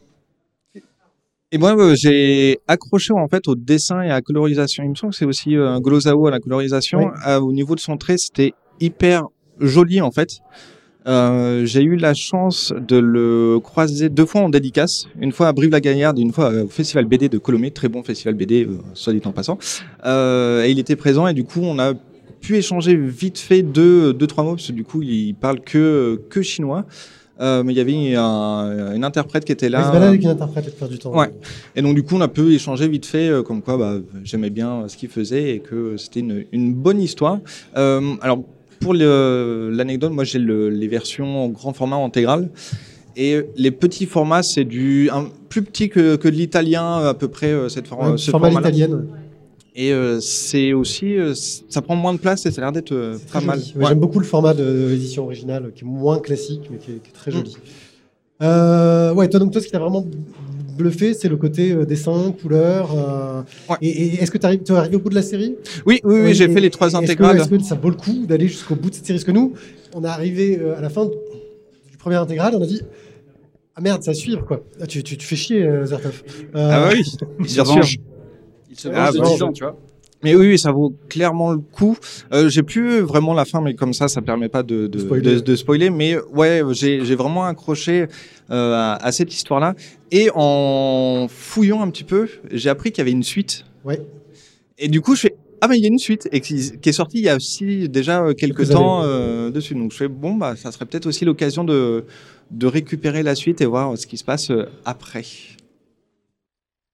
Et moi, euh, j'ai accroché en fait au dessin et à la colorisation. Il me semble que c'est aussi euh, Golo Zhao à la colorisation. Oui. Euh, au niveau de son trait, c'était hyper joli en fait. Euh, j'ai eu la chance de le croiser deux fois en dédicace, une fois à Brive-la-Gaillarde et une fois au Festival B D de Colomiers, très bon festival B D, euh, soit dit en passant. Euh, et il était présent et du coup on a pu échanger vite fait deux, deux trois mots parce que du coup il parle que que chinois. Euh, mais il y avait un, une interprète qui était là. Il se balade avec une interprète la plupart du temps. Ouais. Et donc du coup on a pu échanger vite fait, euh, comme quoi bah, j'aimais bien ce qu'il faisait et que c'était une, une bonne histoire. Euh, alors pour le, l'anecdote, moi j'ai le, les versions en grand format intégrale. Et les petits formats, c'est du un, plus petit que, que l'italien à peu près euh, cette for- Ouais, ce format format-là. italienne. Et euh, c'est aussi, euh, ça prend moins de place et ça a l'air d'être euh, pas Très mal. joli. Ouais, Ouais. J'aime beaucoup le format de, de l'édition originale, qui est moins classique, mais qui est, qui est très joli. Mmh. Euh, ouais, toi, donc, toi, ce qui t'a vraiment bluffé, c'est le côté euh, dessin, couleur. Euh, Ouais. et, et est-ce que tu es arrivé au bout de la série? Oui, oui, oui, j'ai et- fait les trois et intégrales. Est-ce que, est-ce que ça vaut le coup d'aller jusqu'au bout de cette série? Parce que nous, on est arrivé euh, à la fin du premier intégral, on a dit ah merde, ça va suivre quoi. Ah, tu, tu, tu fais chier, euh, Zertov. Euh, Ah bah oui, Il se bien sûr. venge. Il se Ah, venge de bah, dix ans, tu vois. Mais oui, oui, ça vaut clairement le coup. Euh, j'ai plus vraiment la fin, mais comme ça, ça permet pas de, de, Spoiler. de, de spoiler. Mais ouais, j'ai, j'ai vraiment accroché euh, à, à cette histoire-là. Et en fouillant un petit peu, j'ai appris qu'il y avait une suite. Ouais. Et du coup, je fais ah mais il y a une suite et qui, qui est sortie il y a aussi déjà euh, quelques, Quelques temps années. euh, dessus. Donc je fais bon bah ça serait peut-être aussi l'occasion de de récupérer la suite et voir ce qui se passe euh, après.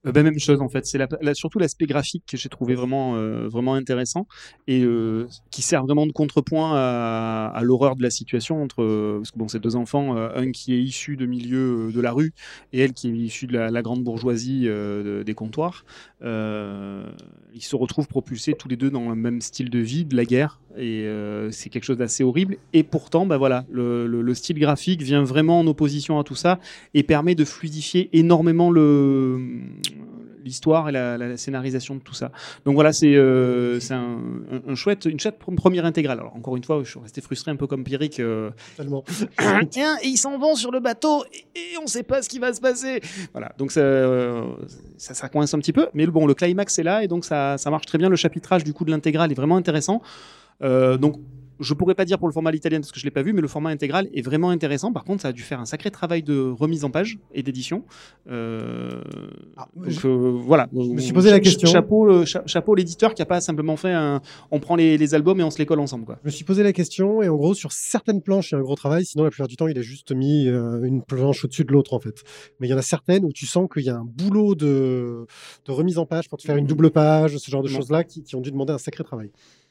Euh, ben, même chose en fait, c'est la, la, surtout l'aspect graphique que j'ai trouvé vraiment, euh, vraiment intéressant et euh, qui sert vraiment de contrepoint à, à l'horreur de la situation entre euh, parce que bon, ces deux enfants, euh, un qui est issu de milieu de la rue et elle qui est issue de la, la grande bourgeoisie euh, de, des comptoirs. Euh, ils se retrouvent propulsés tous les deux dans le même style de vie, de la guerre, et euh, c'est quelque chose d'assez horrible. Et pourtant, ben voilà, le, le, le style graphique vient vraiment en opposition à tout ça et permet de fluidifier énormément le l'histoire et la, la, la scénarisation de tout ça. Donc voilà, c'est euh, c'est un, un, un chouette, une chouette première intégrale. Alors encore une fois, je suis resté frustré un peu comme Pierrick. Euh... Tellement. Tiens, et ils s'en vont sur le bateau et, et on ne sait pas ce qui va se passer. Voilà, donc ça, euh, ça, ça coince un petit peu. Mais bon, le climax est là et donc ça, ça marche très bien. Le chapitrage du coup de l'intégrale est vraiment intéressant. Euh, donc je pourrais pas dire pour le format italien parce que je l'ai pas vu, mais le format intégral est vraiment intéressant. Par contre, ça a dû faire un sacré travail de remise en page et d'édition. Euh, ah, donc je, euh, voilà. Je me suis posé la question. Chapeau, le, cha chapeau l'éditeur qui a pas simplement fait un. On prend les, les albums et on se les colle ensemble, quoi. Je me suis posé la question et en gros sur certaines planches il y a un gros travail. Sinon la plupart du temps il a juste mis euh, une planche au-dessus de l'autre en fait. Mais il y en a certaines où tu sens qu'il y a un boulot de, de remise en page pour te faire une double page, ce genre de choses là qui, qui ont dû demander un sacré travail.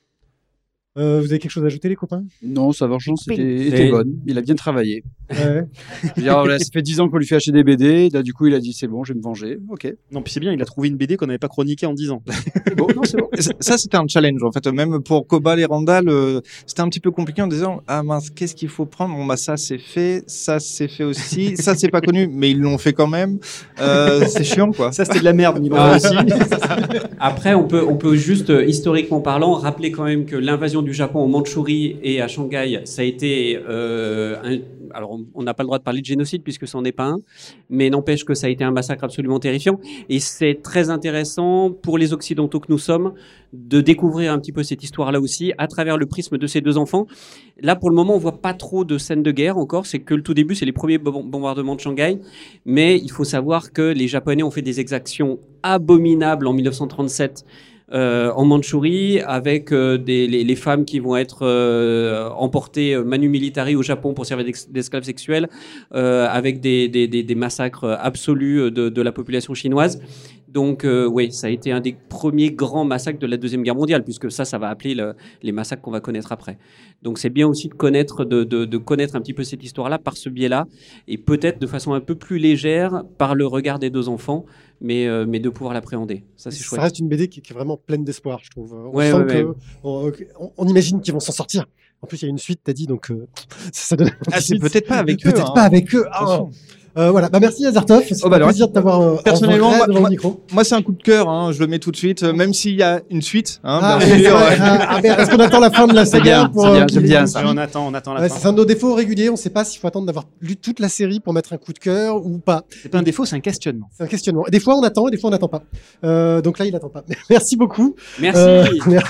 Euh, vous avez quelque chose à ajouter, les copains? Non, sa vengeance était, était bonne. Il a bien travaillé. Ouais. Dire, voilà, ça fait dix ans qu'on lui fait acheter des B D. Là, du coup, il a dit c'est bon, je vais me venger. Ok. Non, puis c'est bien, il a trouvé une B D qu'on n'avait pas chroniquée en dix ans. Bon, non, c'est bon. Ça, c'était un challenge en fait. Même pour Cobal et Randall, euh, c'était un petit peu compliqué en disant ah mince, qu'est-ce qu'il faut prendre? Bon bah ça c'est fait, ça c'est fait aussi, ça c'est pas connu, mais ils l'ont fait quand même. Euh, c'est chiant quoi. Ça c'était de la merde, ils l'ont aussi. Après, on peut, on peut juste euh, historiquement parlant rappeler quand même que l'invasion du Japon en Mandchourie et à Shanghai, ça a été euh, un, alors on n'a pas le droit de parler de génocide puisque ça n'en est pas un, mais n'empêche que ça a été un massacre absolument terrifiant et c'est très intéressant pour les Occidentaux que nous sommes de découvrir un petit peu cette histoire-là aussi à travers le prisme de ces deux enfants. Là, pour le moment, on voit pas trop de scènes de guerre encore, c'est que le tout début, c'est les premiers bombardements de Shanghai, mais il faut savoir que les Japonais ont fait des exactions abominables en mille neuf cent trente-sept Euh, en Mandchourie, avec euh, des, les, les femmes qui vont être euh, emportées euh, manu militari au Japon pour servir d'esclaves sexuels, euh, avec des, des, des, des massacres absolus de, de la population chinoise. Donc euh, oui, ça a été un des premiers grands massacres de la Deuxième Guerre mondiale, puisque ça, ça va appeler le, les massacres qu'on va connaître après. Donc c'est bien aussi de connaître, de, de, de connaître un petit peu cette histoire-là par ce biais-là, et peut-être de façon un peu plus légère par le regard des deux enfants, mais, euh, mais de pouvoir l'appréhender. Ça, c'est chouette. Ça reste une B D qui, qui est vraiment pleine d'espoir, je trouve. On ouais, sent ouais, que, ouais. On, on, on imagine qu'ils vont s'en sortir. En plus, il y a une suite, t'as dit, donc euh, ça, ça donne. Ah, c'est peut-être pas avec eux. Peut-être hein. pas avec eux. Ah, euh, voilà. Bah merci Azartov. C'est Oh, bah, un plaisir de t'avoir euh, personnellement, en vrai moi, devant moi, le micro. moi, c'est un coup de cœur. Hein, je le mets tout de suite, euh, même s'il y a une suite. Hein, Ah, bien mais sûr. ouais, ah, ah, mais est-ce qu'on attend la fin de la C'est saga bien, pour c'est bien, euh, j'aime qu'il- bien ça. Ouais, on attend, on attend la Ouais, fin. c'est un de nos défauts réguliers. On ne sait pas s'il faut attendre d'avoir lu toute la série pour mettre un coup de cœur ou pas. C'est pas un défaut, c'est un questionnement. C'est un questionnement. Des fois on attend et des fois on n'attend pas. Euh, donc là il n'attend pas. Merci beaucoup. Merci. Euh, merci.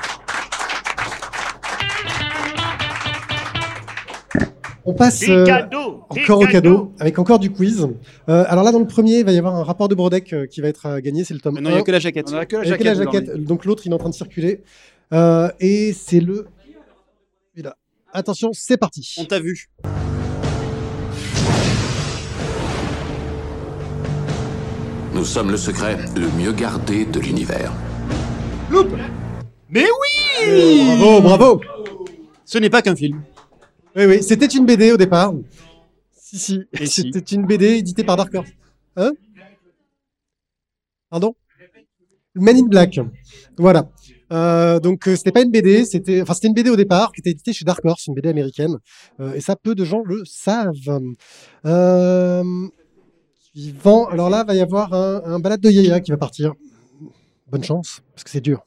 On passe euh, encore au cadeau, avec encore du quiz. Euh, alors là, dans le premier, il va y avoir un rapport de Brodeck euh, qui va être à gagner, c'est le tome Maintenant, il n'y un. a que la jaquette. On a que la Il y a que jaquette. la dans jaquette. les- Donc l'autre, il est en train de circuler. Euh, et c'est le... Celui-là. Attention, c'est parti. On t'a vu. Nous sommes le secret le mieux gardé de l'univers. Loupe. Mais oui. Euh, bravo, bravo. Ce n'est pas qu'un film. Oui, oui, c'était une B D au départ. Si, si, Et si. c'était une B D éditée par Dark Horse. Hein? Pardon? Men in Black. Voilà. Euh, donc euh, c'était pas une B D, c'était, enfin c'était une B D au départ qui était éditée chez Dark Horse, une B D américaine. Euh, et ça, peu de gens le savent. Euh, suivant. Alors là, va y avoir un, un balade de Yaya qui va partir. Bonne chance, parce que c'est dur.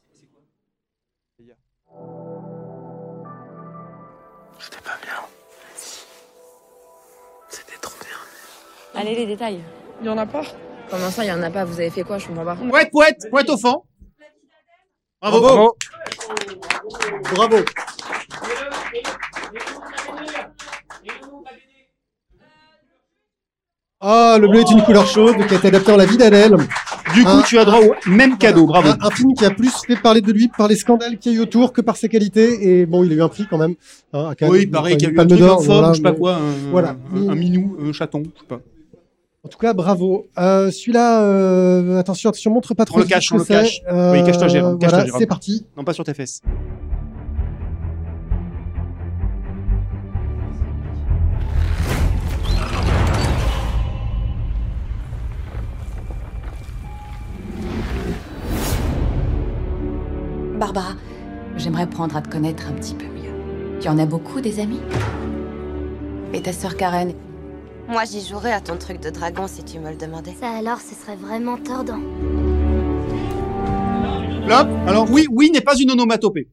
C'était pas bien. C'était trop bien. Allez, les détails. Il y en a pas. Comment ça, il y en a pas? Vous avez fait quoi? Je comprends pas. Poète, poète, poète au fond. Bravo. Bravo. Bravo. Ah, le bleu est une couleur chaude qui a été adaptée en La vie d'Adèle. Du coup, Un- tu as droit au même cadeau. Bravo. Un, un film qui a plus fait parler de lui par les scandales qu'il y a eu autour que par ses qualités. Et bon, il a eu un prix quand même. Hein, à Cannes. Oui, pareil, Enfin, qu'il y a une eu un Palme truc d'Or, en forme, voilà, je sais pas mais- quoi, un, Voilà. un, un minou, un chaton, je sais pas. En tout cas, bravo. Euh, celui-là, euh, attention, attention, montre pas trop. On le cache, ce on que le c'est. cache. Euh, Oui, cache-toi, Jérôme. Cache-toi, voilà, Jérôme. c'est parti. Non, pas sur tes fesses. Barbara, j'aimerais apprendre à te connaître un petit peu mieux. Tu en as beaucoup, des amis? Et ta sœur Karen? Moi, j'y jouerais à ton truc de dragon si tu me le demandais. Ça alors, ce serait vraiment tordant. Hop. Alors oui, oui n'est pas une onomatopée.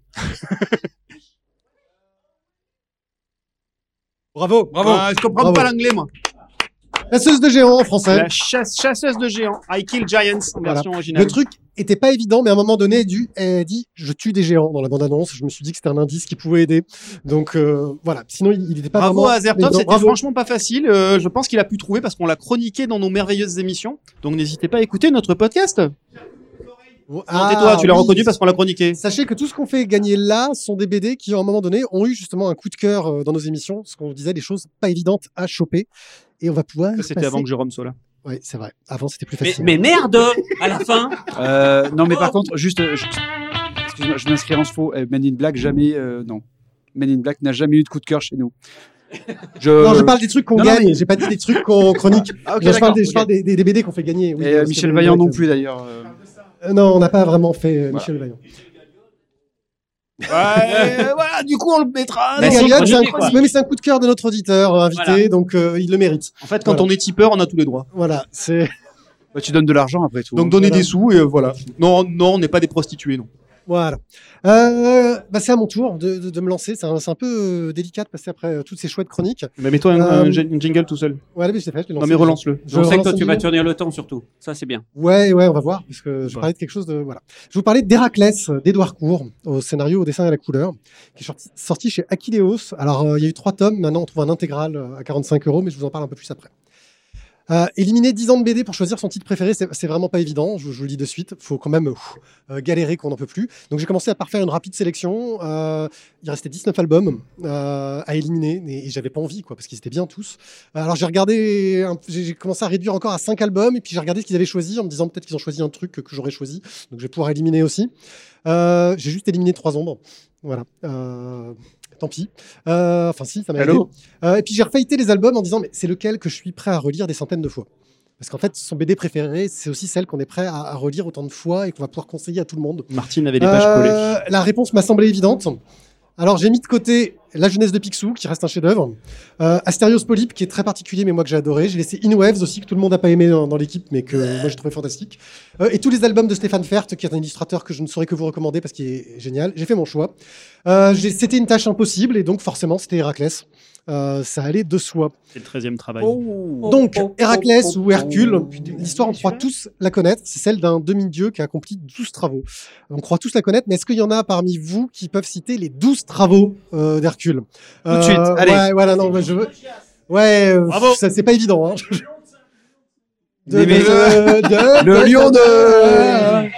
Bravo, bravo. Euh, je comprends Bravo. pas l'anglais, moi. Chasseuse de géants en français. La chasse, chasseuse de géants. I kill giants en Voilà. version originale. Le truc était pas évident, mais à un moment donné, du, elle dit je tue des géants dans la bande-annonce. Je me suis dit que c'était un indice qui pouvait aider. Donc euh, voilà. Sinon, il n'était pas Bravo vraiment. à Azertov, évident. c'était Bravo. franchement pas facile. Euh, je pense qu'il a pu trouver parce qu'on l'a chroniqué dans nos merveilleuses émissions. Donc n'hésitez pas à écouter notre podcast. Non, tais-toi, tu l'as oui. reconnu parce qu'on l'a chroniqué. Sachez que tout ce qu'on fait gagner là sont des B D qui, à un moment donné, ont eu justement un coup de cœur euh, dans nos émissions. Ce qu'on disait, des choses pas évidentes à choper. Et on va pouvoir. Ça, c'était passer- avant que Jérôme soit là. Oui, c'est vrai. Avant, c'était plus Mais, facile. mais merde, à la fin. Euh, non, mais par contre, juste, euh, je, excuse-moi, je m'inscris en faux. Euh, Men in Black, jamais, euh, non. Men in Black n'a jamais eu de coup de cœur chez nous. Je... Non, je parle des trucs qu'on Non, non, gagne. mais- J'ai pas dit des trucs qu'on chronique. Ah, ok, je parle, d'accord, des, je ok. parle des, des- des B D qu'on fait gagner. Oui, Et euh, parce que Michel Men in Vaillant Black, non plus, d'ailleurs. euh. euh, non, on n'a pas vraiment fait euh, Voilà. Michel Vaillant. Ouais, voilà, du coup, on le mettra. Mais dans- Gaillard, c'est un, chroniqué, coup- quoi. mais c'est un coup de cœur de notre auditeur euh, invité, Voilà. donc euh, il le mérite. En fait, quand Voilà. on est tipeur, on a tous les droits. Voilà, c'est. Bah, tu donnes de l'argent après tout. Donc hein. donner Voilà. des sous et euh, voilà. Non, non, on n'est pas des prostituées, non. Voilà. Euh, bah, c'est à mon tour de, de, de me lancer. C'est un, c'est un peu euh, délicat de passer après euh, toutes ces chouettes chroniques. Mais mets-toi un, Euh, un jing- un jingle tout seul. Ouais, mais je l'ai fait. je l'ai Non, lancé. mais relance-le. Je On sait que relance toi, un tu vas jingle. tenir le temps surtout. Ça, c'est bien. Ouais, ouais, on va voir, parce que je vais parler de quelque chose de voilà. Je vais vous parler d'Héraclès d'Édouard Court, au scénario, au dessin et à la couleur, qui est sorti, sorti chez Aquileos. Alors, euh, il y a eu trois tomes. Maintenant, on trouve un intégral euh, à quarante-cinq euros, mais je vous en parle un peu plus après. Euh, éliminer dix ans de B D pour choisir son titre préféré, c'est c'est vraiment pas évident. Je, je vous le dis de suite. Il faut quand même ouf, euh, galérer qu'on n'en peut plus. Donc j'ai commencé à par faire une rapide sélection. Euh, il restait dix-neuf albums euh, à éliminer et, et j'avais pas envie, quoi, parce qu'ils étaient bien tous. Alors j'ai regardé, un- j'ai j'ai commencé à réduire encore à cinq albums et puis j'ai regardé ce qu'ils avaient choisi en me disant peut-être qu'ils ont choisi un truc que, que j'aurais choisi. Donc je vais pouvoir éliminer aussi. Euh, j'ai juste éliminé trois ombres. Voilà. Euh, Tant pis. Euh, Enfin, si, ça m'a aidé. Allô Euh, et puis j'ai refeuilleté les albums en disant, mais c'est lequel que je suis prêt à relire des centaines de fois. Parce qu'en fait, son B D préféré, c'est aussi celle qu'on est prêt à, à relire autant de fois et qu'on va pouvoir conseiller à tout le monde. Martine avait les pages Euh, collées. La réponse m'a semblé évidente. Alors j'ai mis de côté La jeunesse de Picsou, qui reste un chef-d'œuvre. Euh, Astérios Polype, qui est très particulier, mais moi que j'ai adoré. J'ai laissé In Waves aussi, que tout le monde n'a pas aimé dans, dans l'équipe, mais que moi j'ai trouvé fantastique. Euh, et tous les albums de Stéphane Fert, qui est un illustrateur que je ne saurais que vous recommander parce qu'il est génial. J'ai fait mon choix. Euh, j'ai- c'était une tâche impossible, et donc forcément c'était Héraclès. Euh, ça allait de soi. C'est le treizième travail. Donc, Héraclès ou Hercule, l'histoire, on croit tous la connaître. C'est celle d'un demi-dieu qui a accompli douze travaux. On croit tous la connaître, mais est-ce qu'il y en a parmi vous qui peuvent citer les douze travaux euh, d'Hercule? Tout de suite, allez. Ouais, voilà, non, moi, je veux. Ouais, euh, Bravo. ça, c'est pas évident. Hein. De- Mais- de- de- Le de- lion de...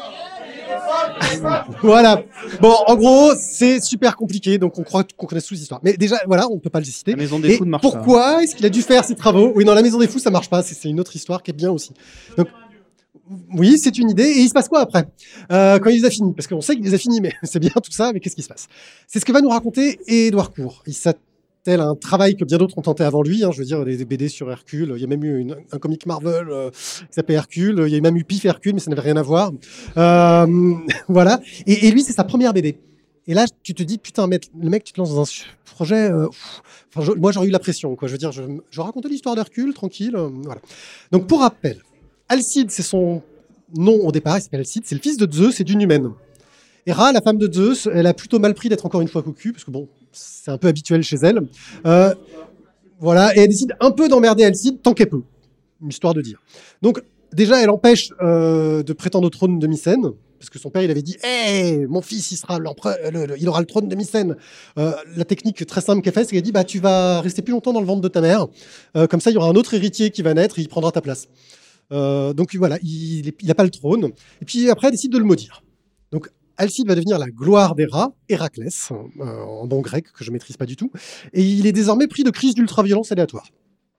Voilà. Bon, en gros, c'est super compliqué, donc on croit qu'on connaît tous l'histoire. Mais déjà, voilà, on peut pas le citer. La Maison des Et Fous ne marche pas. pourquoi est-ce qu'il a dû faire ces travaux? Oui, non, la Maison des Fous, ça marche pas. C'est c'est une autre histoire qui est bien aussi. Donc, oui, c'est une idée. Et il se passe quoi après euh, quand il les a finis? Parce qu'on sait qu'il les a finis, mais c'est bien tout ça. Mais qu'est-ce qui se passe? C'est ce que va nous raconter Édouard Court. Il s'attelle à un travail que bien d'autres ont tenté avant lui. Hein, je veux dire, des, des B D sur Hercule. Il y a même eu une- un comic Marvel euh, qui s'appelait Hercule. Il y a même eu Pif Hercule, mais ça n'avait rien à voir. Euh, voilà. Et, et lui, c'est sa première B D. Et là, tu te dis, putain, mec, le mec, tu te lances dans un su- projet. euh, pff, enfin, je- moi, j'aurais eu la pression, quoi. Je veux dire, je, je racontais l'histoire d'Hercule, tranquille. euh, voilà. Donc, pour rappel, Alcide, c'est son nom au départ. Il s'appelle Alcide. C'est le fils de Zeus et d'une humaine. Héra, la femme de Zeus, elle a plutôt mal pris d'être encore une fois cocu, parce que bon, c'est un peu habituel chez elle. Euh, voilà, et elle décide un peu d'emmerder Alcide tant qu'elle peut. Une histoire de dire. Donc, déjà, elle empêche euh, de prétendre au trône de Mycène, parce que son père, il avait dit hey, mon fils, il, sera l'empereur, le- le- il aura le trône de Mycène. Euh, la technique très simple qu'elle fait, c'est qu'elle dit bah, tu vas rester plus longtemps dans le ventre de ta mère, Euh, comme ça, il y aura un autre héritier qui va naître et il prendra ta place. Euh, donc voilà, il n'a pas le trône. Et puis après, elle décide de le maudire. Donc, Alcide va devenir la gloire des rats, Héraclès, euh, en bon grec, que je maîtrise pas du tout, et il est désormais pris de crises d'ultra-violence aléatoire.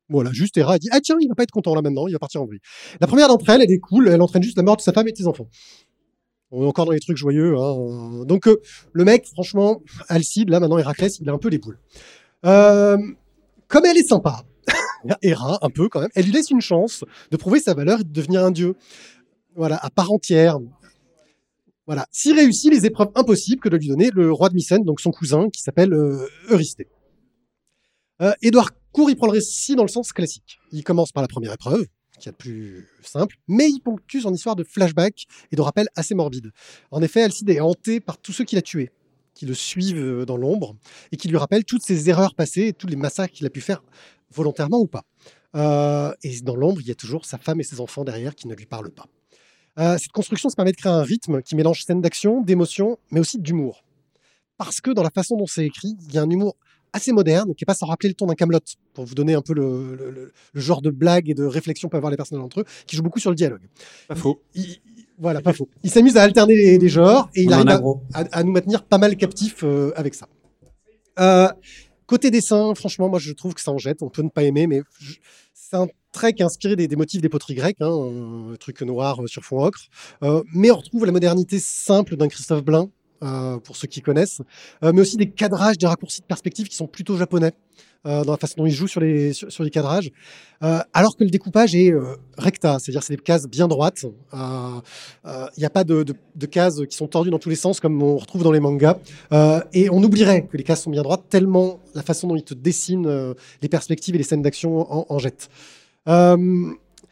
Voilà, juste Hera a dit ah tiens, il va pas être content là maintenant, il va partir en vrille. La première d'entre elles, elle est cool, elle entraîne juste la mort de sa femme et de ses enfants. On est encore dans les trucs joyeux. Hein. Donc euh, le mec, franchement, Alcide, là maintenant Héraclès, il a un peu les boules. Euh, comme elle est sympa, Héra, un peu quand même, elle lui laisse une chance de prouver sa valeur et de devenir un dieu. Voilà, à part entière. Voilà, s'il réussit les épreuves impossibles que doit lui donner le roi de Mycène, donc son cousin, qui s'appelle euh, Eurysthée. Euh, Édouard Court, il prend le récit dans le sens classique. Il commence par la première épreuve, qui est le plus simple, mais il ponctue son histoire de flashbacks et de rappels assez morbides. En effet, Alcide est hanté par tous ceux qu'il a tués, qui le suivent dans l'ombre, et qui lui rappellent toutes ses erreurs passées et tous les massacres qu'il a pu faire, volontairement ou pas. Euh, et dans l'ombre, il y a toujours sa femme et ses enfants derrière qui ne lui parlent pas. Euh, cette construction se permet de créer un rythme qui mélange scènes d'action, d'émotion, mais aussi d'humour. Parce que dans la façon dont c'est écrit, il y a un humour assez moderne, qui est pas sans rappeler le ton d'un Kaamelott, pour vous donner un peu le, le, le, le genre de blague et de réflexion peuvent avoir les personnages entre eux, qui joue beaucoup sur le dialogue. Pas faux. Il, il, voilà, pas faux. Il s'amuse à alterner les, les genres et il arrive à, à, à nous maintenir pas mal captifs euh, avec ça. Euh, côté dessin, franchement, moi je trouve que ça en jette. On peut ne pas aimer, mais je, c'est un trait qui est inspiré des, des motifs des poteries grecques, hein, un truc noir sur fond ocre. Euh, mais on retrouve la modernité simple d'un Christophe Blain. Euh, pour ceux qui connaissent, euh, mais aussi des cadrages, des raccourcis de perspective qui sont plutôt japonais euh, dans la façon dont ils jouent sur les, sur, sur les cadrages, euh, alors que le découpage est euh, recta, c'est-à-dire c'est des cases bien droites. Il euh, n'y euh, a pas de, de, de cases qui sont tordues dans tous les sens comme on retrouve dans les mangas, euh, et on oublierait que les cases sont bien droites tellement la façon dont ils te dessinent euh, les perspectives et les scènes d'action en, en jettent. Euh,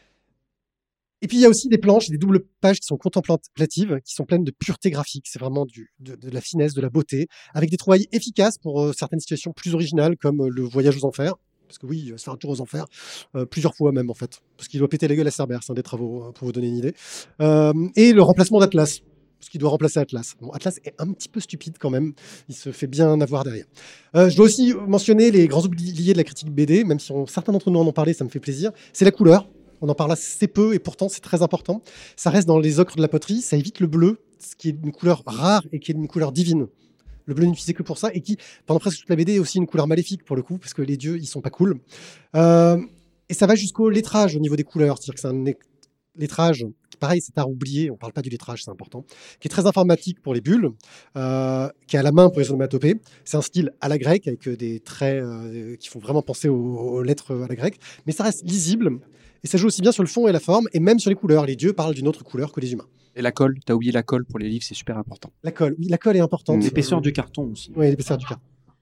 Et puis, il y a aussi des planches, des doubles pages qui sont contemplatives, qui sont pleines de pureté graphique. C'est vraiment du, de, de la finesse, de la beauté, avec des trouvailles efficaces pour euh, certaines situations plus originales, comme euh, le voyage aux enfers. Parce que oui, il va se faire un tour aux enfers, euh, plusieurs fois même, en fait. Parce qu'il doit péter la gueule à Cerbère, c'est un des travaux, pour vous donner une idée. Euh, et le remplacement d'Atlas, parce qu'il doit remplacer Atlas. Bon, Atlas est un petit peu stupide quand même, il se fait bien avoir derrière. Euh, je dois aussi mentionner les grands oubliés de la critique B D, même si on, certains d'entre nous en ont parlé, ça me fait plaisir. C'est la couleur. On en parle assez peu et pourtant c'est très important. Ça reste dans les ocres de la poterie, ça évite le bleu, ce qui est une couleur rare et qui est une couleur divine. Le bleu n'est utilisé que pour ça et qui, pendant presque toute la B D, est aussi une couleur maléfique pour le coup, parce que les dieux, ils sont pas cool. Euh, et ça va jusqu'au lettrage au niveau des couleurs, c'est-à-dire que c'est un lettrage, pareil, c'est à oublier, on parle pas du lettrage, c'est important, qui est très informatique pour les bulles, euh, qui est à la main pour les onomatopées. C'est un style à la grecque avec des traits euh, qui font vraiment penser aux, aux lettres à la grecque, mais ça reste lisible. Et ça joue aussi bien sur le fond et la forme, et même sur les couleurs. Les dieux parlent d'une autre couleur que les humains. Et la colle, t'as oublié la colle pour les livres, c'est super important. La colle, oui, la colle est importante. L'épaisseur du carton aussi. Oui, l'épaisseur du carton.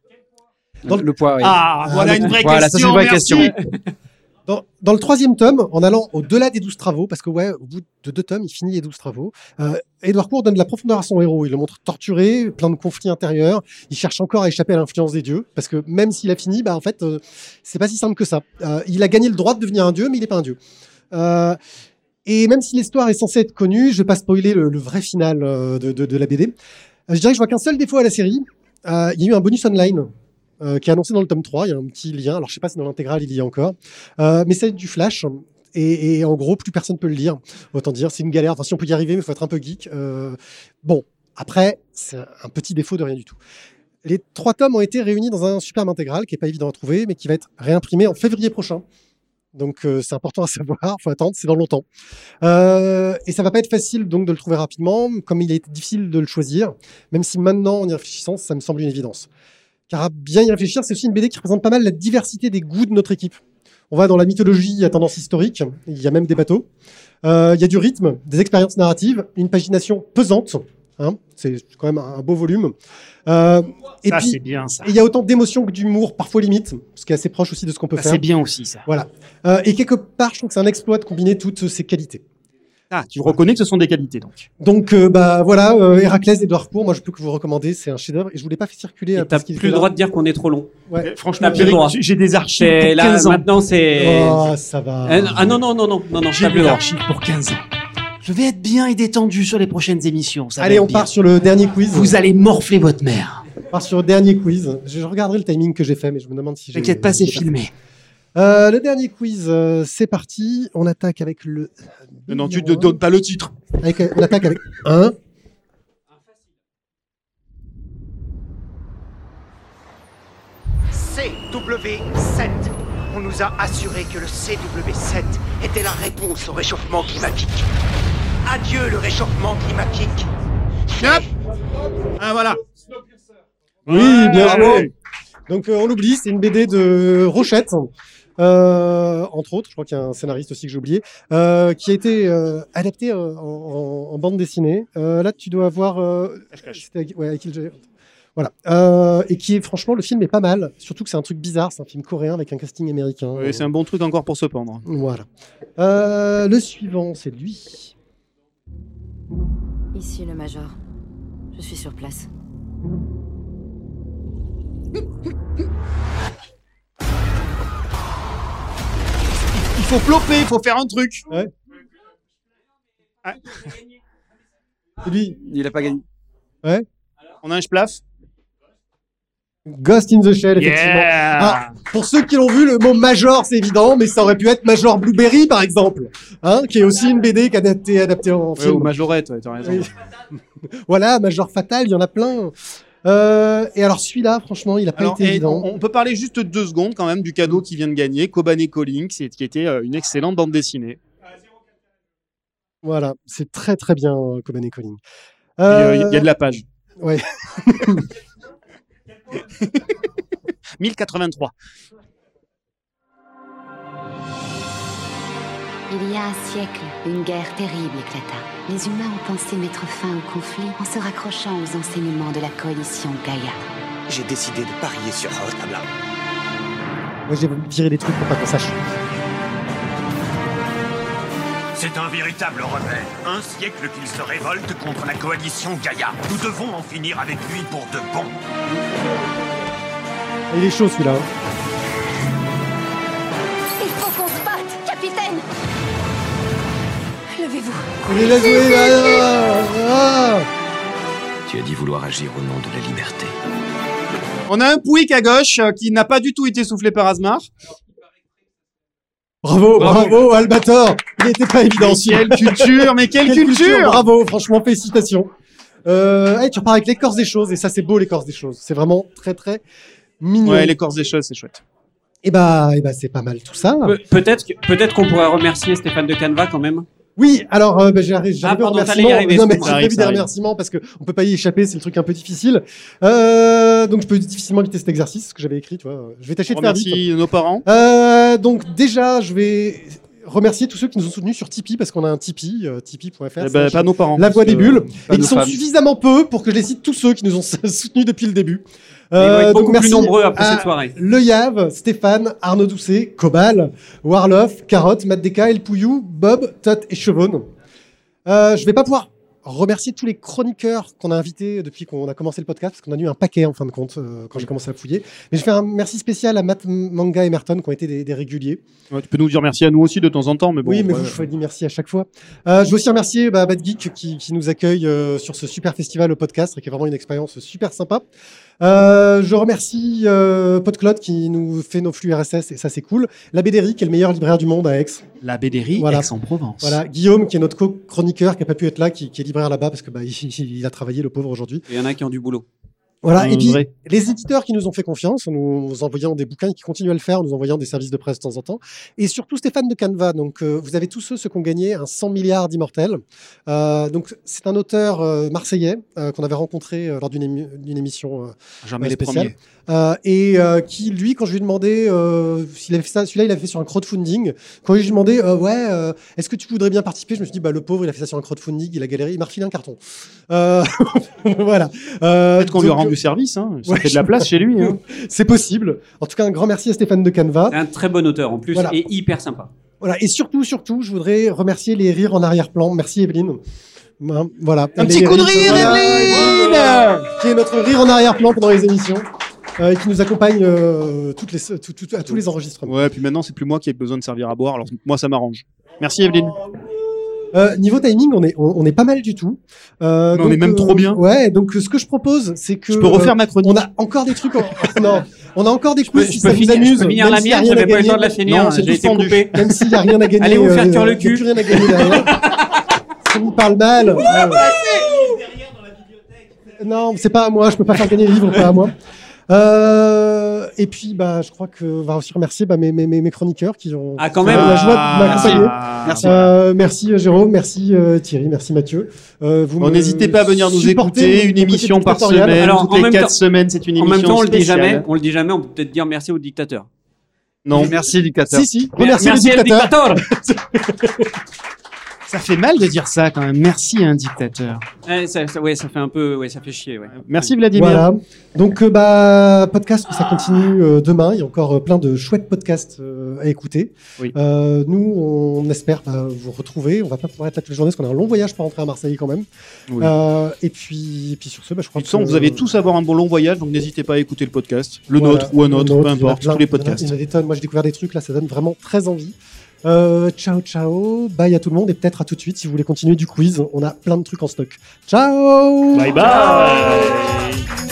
Dans le, le poids, oui. Ah, ah voilà une vraie voilà, question, ça, c'est une vraie merci. question. Dans, dans le troisième tome, en allant au-delà des douze travaux, parce que ouais, au bout de deux tomes, il finit les douze travaux, euh, Édouard Court donne de la profondeur à son héros. Il le montre torturé, plein de conflits intérieurs. Il cherche encore à échapper à l'influence des dieux, parce que même s'il a fini, bah en fait, euh, c'est pas si simple que ça. Euh, il a gagné le droit de devenir un dieu, mais il n'est pas un dieu. Euh, et même si l'histoire est censée être connue, je vais pas spoiler le, le vrai final euh, de, de, de la B D. Euh, je dirais que je vois qu'un seul défaut à la série. Euh, il y a eu un bonus online. Euh, qui est annoncé dans le tome trois, il y a un petit lien, alors je sais pas si dans l'intégrale il y a encore, euh, mais c'est du flash, et, et en gros plus personne peut le lire, autant dire, c'est une galère, enfin si on peut y arriver, mais il faut être un peu geek. Euh, bon, après, c'est un petit défaut de rien du tout. Les trois tomes ont été réunis dans un superbe intégral, qui est pas évident à trouver, mais qui va être réimprimé en février prochain. Donc euh, c'est important à savoir, faut attendre, c'est dans longtemps. Euh, et ça va pas être facile donc de le trouver rapidement, comme il est difficile de le choisir, même si maintenant, en y réfléchissant, ça me semble une évidence. Car à bien y réfléchir, c'est aussi une B D qui représente pas mal la diversité des goûts de notre équipe. On va dans la mythologie à tendance historique, il y a même des bateaux. Euh, il y a du rythme, des expériences narratives, une pagination pesante, hein, c'est quand même un beau volume. Euh, et ça, puis, c'est bien, ça. Il y a autant d'émotions que d'humour, parfois limite, ce qui est assez proche aussi de ce qu'on peut ça, faire. C'est bien aussi, ça. Voilà. Euh, et quelque part, je trouve que c'est un exploit de combiner toutes ces qualités. Ah, tu reconnais que ce sont des qualités, donc. Donc, euh, bah voilà, euh, Héraclès d'Édouard Court, moi je peux que vous recommander, c'est un chef-d'œuvre et je voulais pas faire circuler. Et t'as plus le droit de dire qu'on est trop long. Ouais. Euh, franchement, t'as plus le droit. J'ai des archives C'est pour là, quinze ans. maintenant c'est. Oh, ça va. Euh, ah non non non non non non. J'ai t'as plus des le droit. archives pour quinze ans. Je vais être bien et détendu sur les prochaines émissions. Ça Allez, va on être bien. part sur le dernier quiz. Vous allez morfler votre mère. On part sur le dernier quiz. Je regarderai le timing que j'ai fait, mais je me demande si j'ai. T'inquiète pas, c'est filmé. Euh, le dernier quiz, euh, c'est parti. On attaque avec le. Non, tu ne donnes pas le titre. Avec, on attaque avec un. C W sept. On nous a assuré que le C W sept était la réponse au réchauffement climatique. Adieu le réchauffement climatique. Hop. Ah voilà. Oui, bien joué. Donc euh, on l'oublie, c'est une B D de Rochette, euh, entre autres, je crois qu'il y a un scénariste aussi que j'ai oublié, euh, qui a été euh, adapté euh, en, en, en bande dessinée. Euh, là, tu dois avoir... Euh, c'était, ouais, avec Kill- voilà. Euh, et qui est, franchement, le film est pas mal, surtout que c'est un truc bizarre, c'est un film coréen avec un casting américain. Oui, c'est un bon truc encore pour se pendre. Voilà. Euh, le suivant, c'est lui. Ici, le Major. Je suis sur place. Il faut flopper, il faut faire un truc. Ouais. Ah. Lui, il a pas gagné. Ouais. On a un splaf. Ghost in the Shell, effectivement. Yeah. Ah, pour ceux qui l'ont vu, le mot Major, c'est évident, mais ça aurait pu être Major Blueberry, par exemple, hein, qui est aussi une B D qui a été adaptée en Ouais, film. ou Majorette, ouais, t'as raison. Oui. Voilà, Major Fatal, il y en a plein. Euh, et alors celui-là, franchement, il a pas Alors, été et évident. on, on peut parler juste deux secondes quand même du cadeau qui vient de gagner, Kobane Calling, qui était euh, une excellente bande dessinée. Voilà, c'est très très bien, euh, Coban et Calling. Il euh, y, y a de la page. Ouais. mille quatre-vingt-trois. Il y a un siècle, une guerre terrible éclata. Les humains ont pensé mettre fin au conflit en se raccrochant aux enseignements de la coalition Gaïa. J'ai décidé de parier sur Rotabla. Moi, j'ai viré des trucs pour pas qu'on sache. C'est un véritable rebelle. Un siècle qu'il se révolte contre la coalition Gaïa. Nous devons en finir avec lui pour de bon. Il est chaud celui-là. Il faut qu'on se batte, capitaine. Levez-vous. Il est là joué là, ah. Tu as dit vouloir agir au nom de la liberté. On a un Pouic à gauche euh, qui n'a pas du tout été soufflé par Asmar. Bravo, bravo, bravo, Albator. Il n'était pas évident. Mais quelle culture, mais quelle, quelle culture, culture. Bravo, franchement, félicitations. Euh, hey, tu repars avec l'écorce des choses, et ça, c'est beau, l'écorce des choses. C'est vraiment très, très mignon. Ouais, l'écorce des choses, c'est chouette. Et bah, et bah c'est pas mal tout ça. Pe- peut-être, que- peut-être qu'on pourrait remercier Stéphane de Canva quand même. Oui, alors euh, bah, j'arrive, j'arrive Ah, au pardon, remerciement. t'allais y arriver, Non, mais excuse-moi. j'ai Ça prévu arrive, des ça arrive. remerciements parce que on peut pas y échapper, c'est le truc un peu difficile. Euh, donc je peux difficilement quitter cet exercice ce que j'avais écrit, tu vois. Je vais tâcher de On faire remercie vite. nos parents. Euh, donc déjà, je vais remercier tous ceux qui nous ont soutenus sur Tipeee parce qu'on a un Tipeee, euh, tipeee point f r. Eh ben, pas nos parents, La voix parce des que, bulles. euh, pas Et ils nos sont femmes. suffisamment peu pour que je les cite tous ceux qui nous ont soutenus depuis le début. Ils vont être donc beaucoup plus merci nombreux après à cette soirée. Le Yav, Stéphane, Arnaud Doucet, Cobal, Warloff, Carotte, Matt Deka, El Pouillou, Bob, Tot et Chevonne. Euh, je vais pas pouvoir remercier tous les chroniqueurs qu'on a invités depuis qu'on a commencé le podcast, parce qu'on a eu un paquet en fin de compte euh, quand j'ai commencé à fouiller. Mais je fais un merci spécial à Matt Manga et Merton qui ont été des, des réguliers. Ouais, tu peux nous dire merci à nous aussi de temps en temps, mais bon. oui, mais ouais. vous, je vous dis merci à chaque fois. Euh, je veux aussi remercier bah, Bad Geek qui, qui nous accueille euh, sur ce super festival au podcast et qui est vraiment une expérience super sympa. Euh, je remercie euh, Podcloud qui nous fait nos flux R S S et ça c'est cool. La Bédérie qui est le meilleur libraire du monde à Aix. La Bédérie, Voilà. Aix-en-Provence. Voilà, Guillaume qui est notre co-chroniqueur qui n'a pas pu être là, qui, qui est libraire là-bas parce que bah, il, il a travaillé le pauvre aujourd'hui. Il y en a qui ont du boulot. Voilà, Mmh, et puis vrai. les éditeurs qui nous ont fait confiance en nous envoyant des bouquins et qui continuent à le faire, en nous envoyant des services de presse de temps en temps. Et surtout Stéphane de Canva. Donc, euh, vous avez tous ceux, ceux qui ont gagné un cent milliards d'immortels. Euh, donc, c'est un auteur euh, marseillais euh, qu'on avait rencontré euh, lors d'une émi- d'une émission euh, Jamais euh, les spéciale. premiers. Euh, et euh, qui, lui, quand je lui ai demandé euh, s'il avait fait ça, celui-là, il avait fait sur un crowdfunding. Quand je lui ai demandé, euh, ouais, euh, est-ce que tu voudrais bien participer? Je me suis dit, bah, le pauvre, il a fait ça sur un crowdfunding, il a galéré, il m'a refilé un carton. Euh, voilà. Euh, Peut-être qu'on lui a donc, rendu service, hein. Ça ouais, fait de la je- place chez lui. Hein. C'est possible. En tout cas, un grand merci à Stéphane de Canva. C'est un très bon auteur en plus Voilà. et hyper sympa. Voilà. Et surtout, surtout, je voudrais remercier les rires en arrière-plan. Merci Evelyne. Hein, Voilà. Un Les petit coup de rires- rire, Voilà. Evelyne Qui est notre rire en arrière-plan pendant les émissions. euh, et qui nous accompagne euh, toutes les, tout- tout- à tous les enregistrements. Ouais, puis maintenant, c'est plus moi qui ai besoin de servir à boire, alors moi, ça m'arrange. Merci Evelyne. Euh, niveau timing, on est, on, on est pas mal du tout. Euh, Mais on est même trop bien. Ouais, donc ce que je propose, c'est que. Je peux refaire ma chronique. On a encore des trucs. En... non, on a encore des peux- quiz je si peux ça vous finir- je amuse. peux finir même la s'il y a mienne, rien j'avais à pas eu le gagner. temps de la finir, Non, c'est j'ai tout été fendu. coupé. Même s'il y a rien à gagner. Allez vous faire euh, cuire le il y a cul. plus rien à gagner derrière. Ça vous parle mal. Ouais. Non, c'est pas à moi. Je peux pas faire gagner les livres, pas à moi. Euh, et puis, bah, je crois qu'on va aussi remercier bah, mes, mes, mes chroniqueurs qui ont ah, quand fait même. la joie de Ah, m'accompagner. Merci. Euh, merci Jérôme, merci euh, Thierry, merci Mathieu. Euh, vous Bon, me n'hésitez pas à venir nous supportez écouter, mon- une mon côté émission par dictatorial. semaine, Alors, toutes en les même quatre temps- semaines, c'est une En émission même temps, on le dit spéciale. jamais. On le dit jamais. On peut peut-être dire merci au dictateur. Non. Merci, dictateur. Si, si, Mer- remerciez merci le le dictateur. dictateur. Ça fait mal de dire ça quand même. Merci à un dictateur. Ouais, ça, ça- ouais, ça fait un peu, ouais, ça fait chier. Ouais. Merci Vladimir. Voilà. Donc, euh, bah, podcast, ça continue euh, demain. Il y a encore euh, plein de chouettes podcasts euh, à écouter. Oui. Euh, nous, on espère bah, vous retrouver. On va pas pouvoir être là toute la journée parce qu'on a un long voyage pour rentrer à Marseille quand même. Oui. Euh, et puis, et puis sur ce, bah, je crois De toute façon, que vous allez tous avoir un bon long voyage, donc n'hésitez pas à écouter le podcast, le Voilà, nôtre ou un le autre, nôtre, peu il y en a importe, plein, tous les il y en a- podcasts. Il y en a des tonnes. Moi, j'ai découvert des trucs là, ça donne vraiment très envie. Euh, ciao, ciao. Bye à tout le monde et peut-être à tout de suite si vous voulez continuer du quiz. On a plein de trucs en stock. Ciao. Bye bye.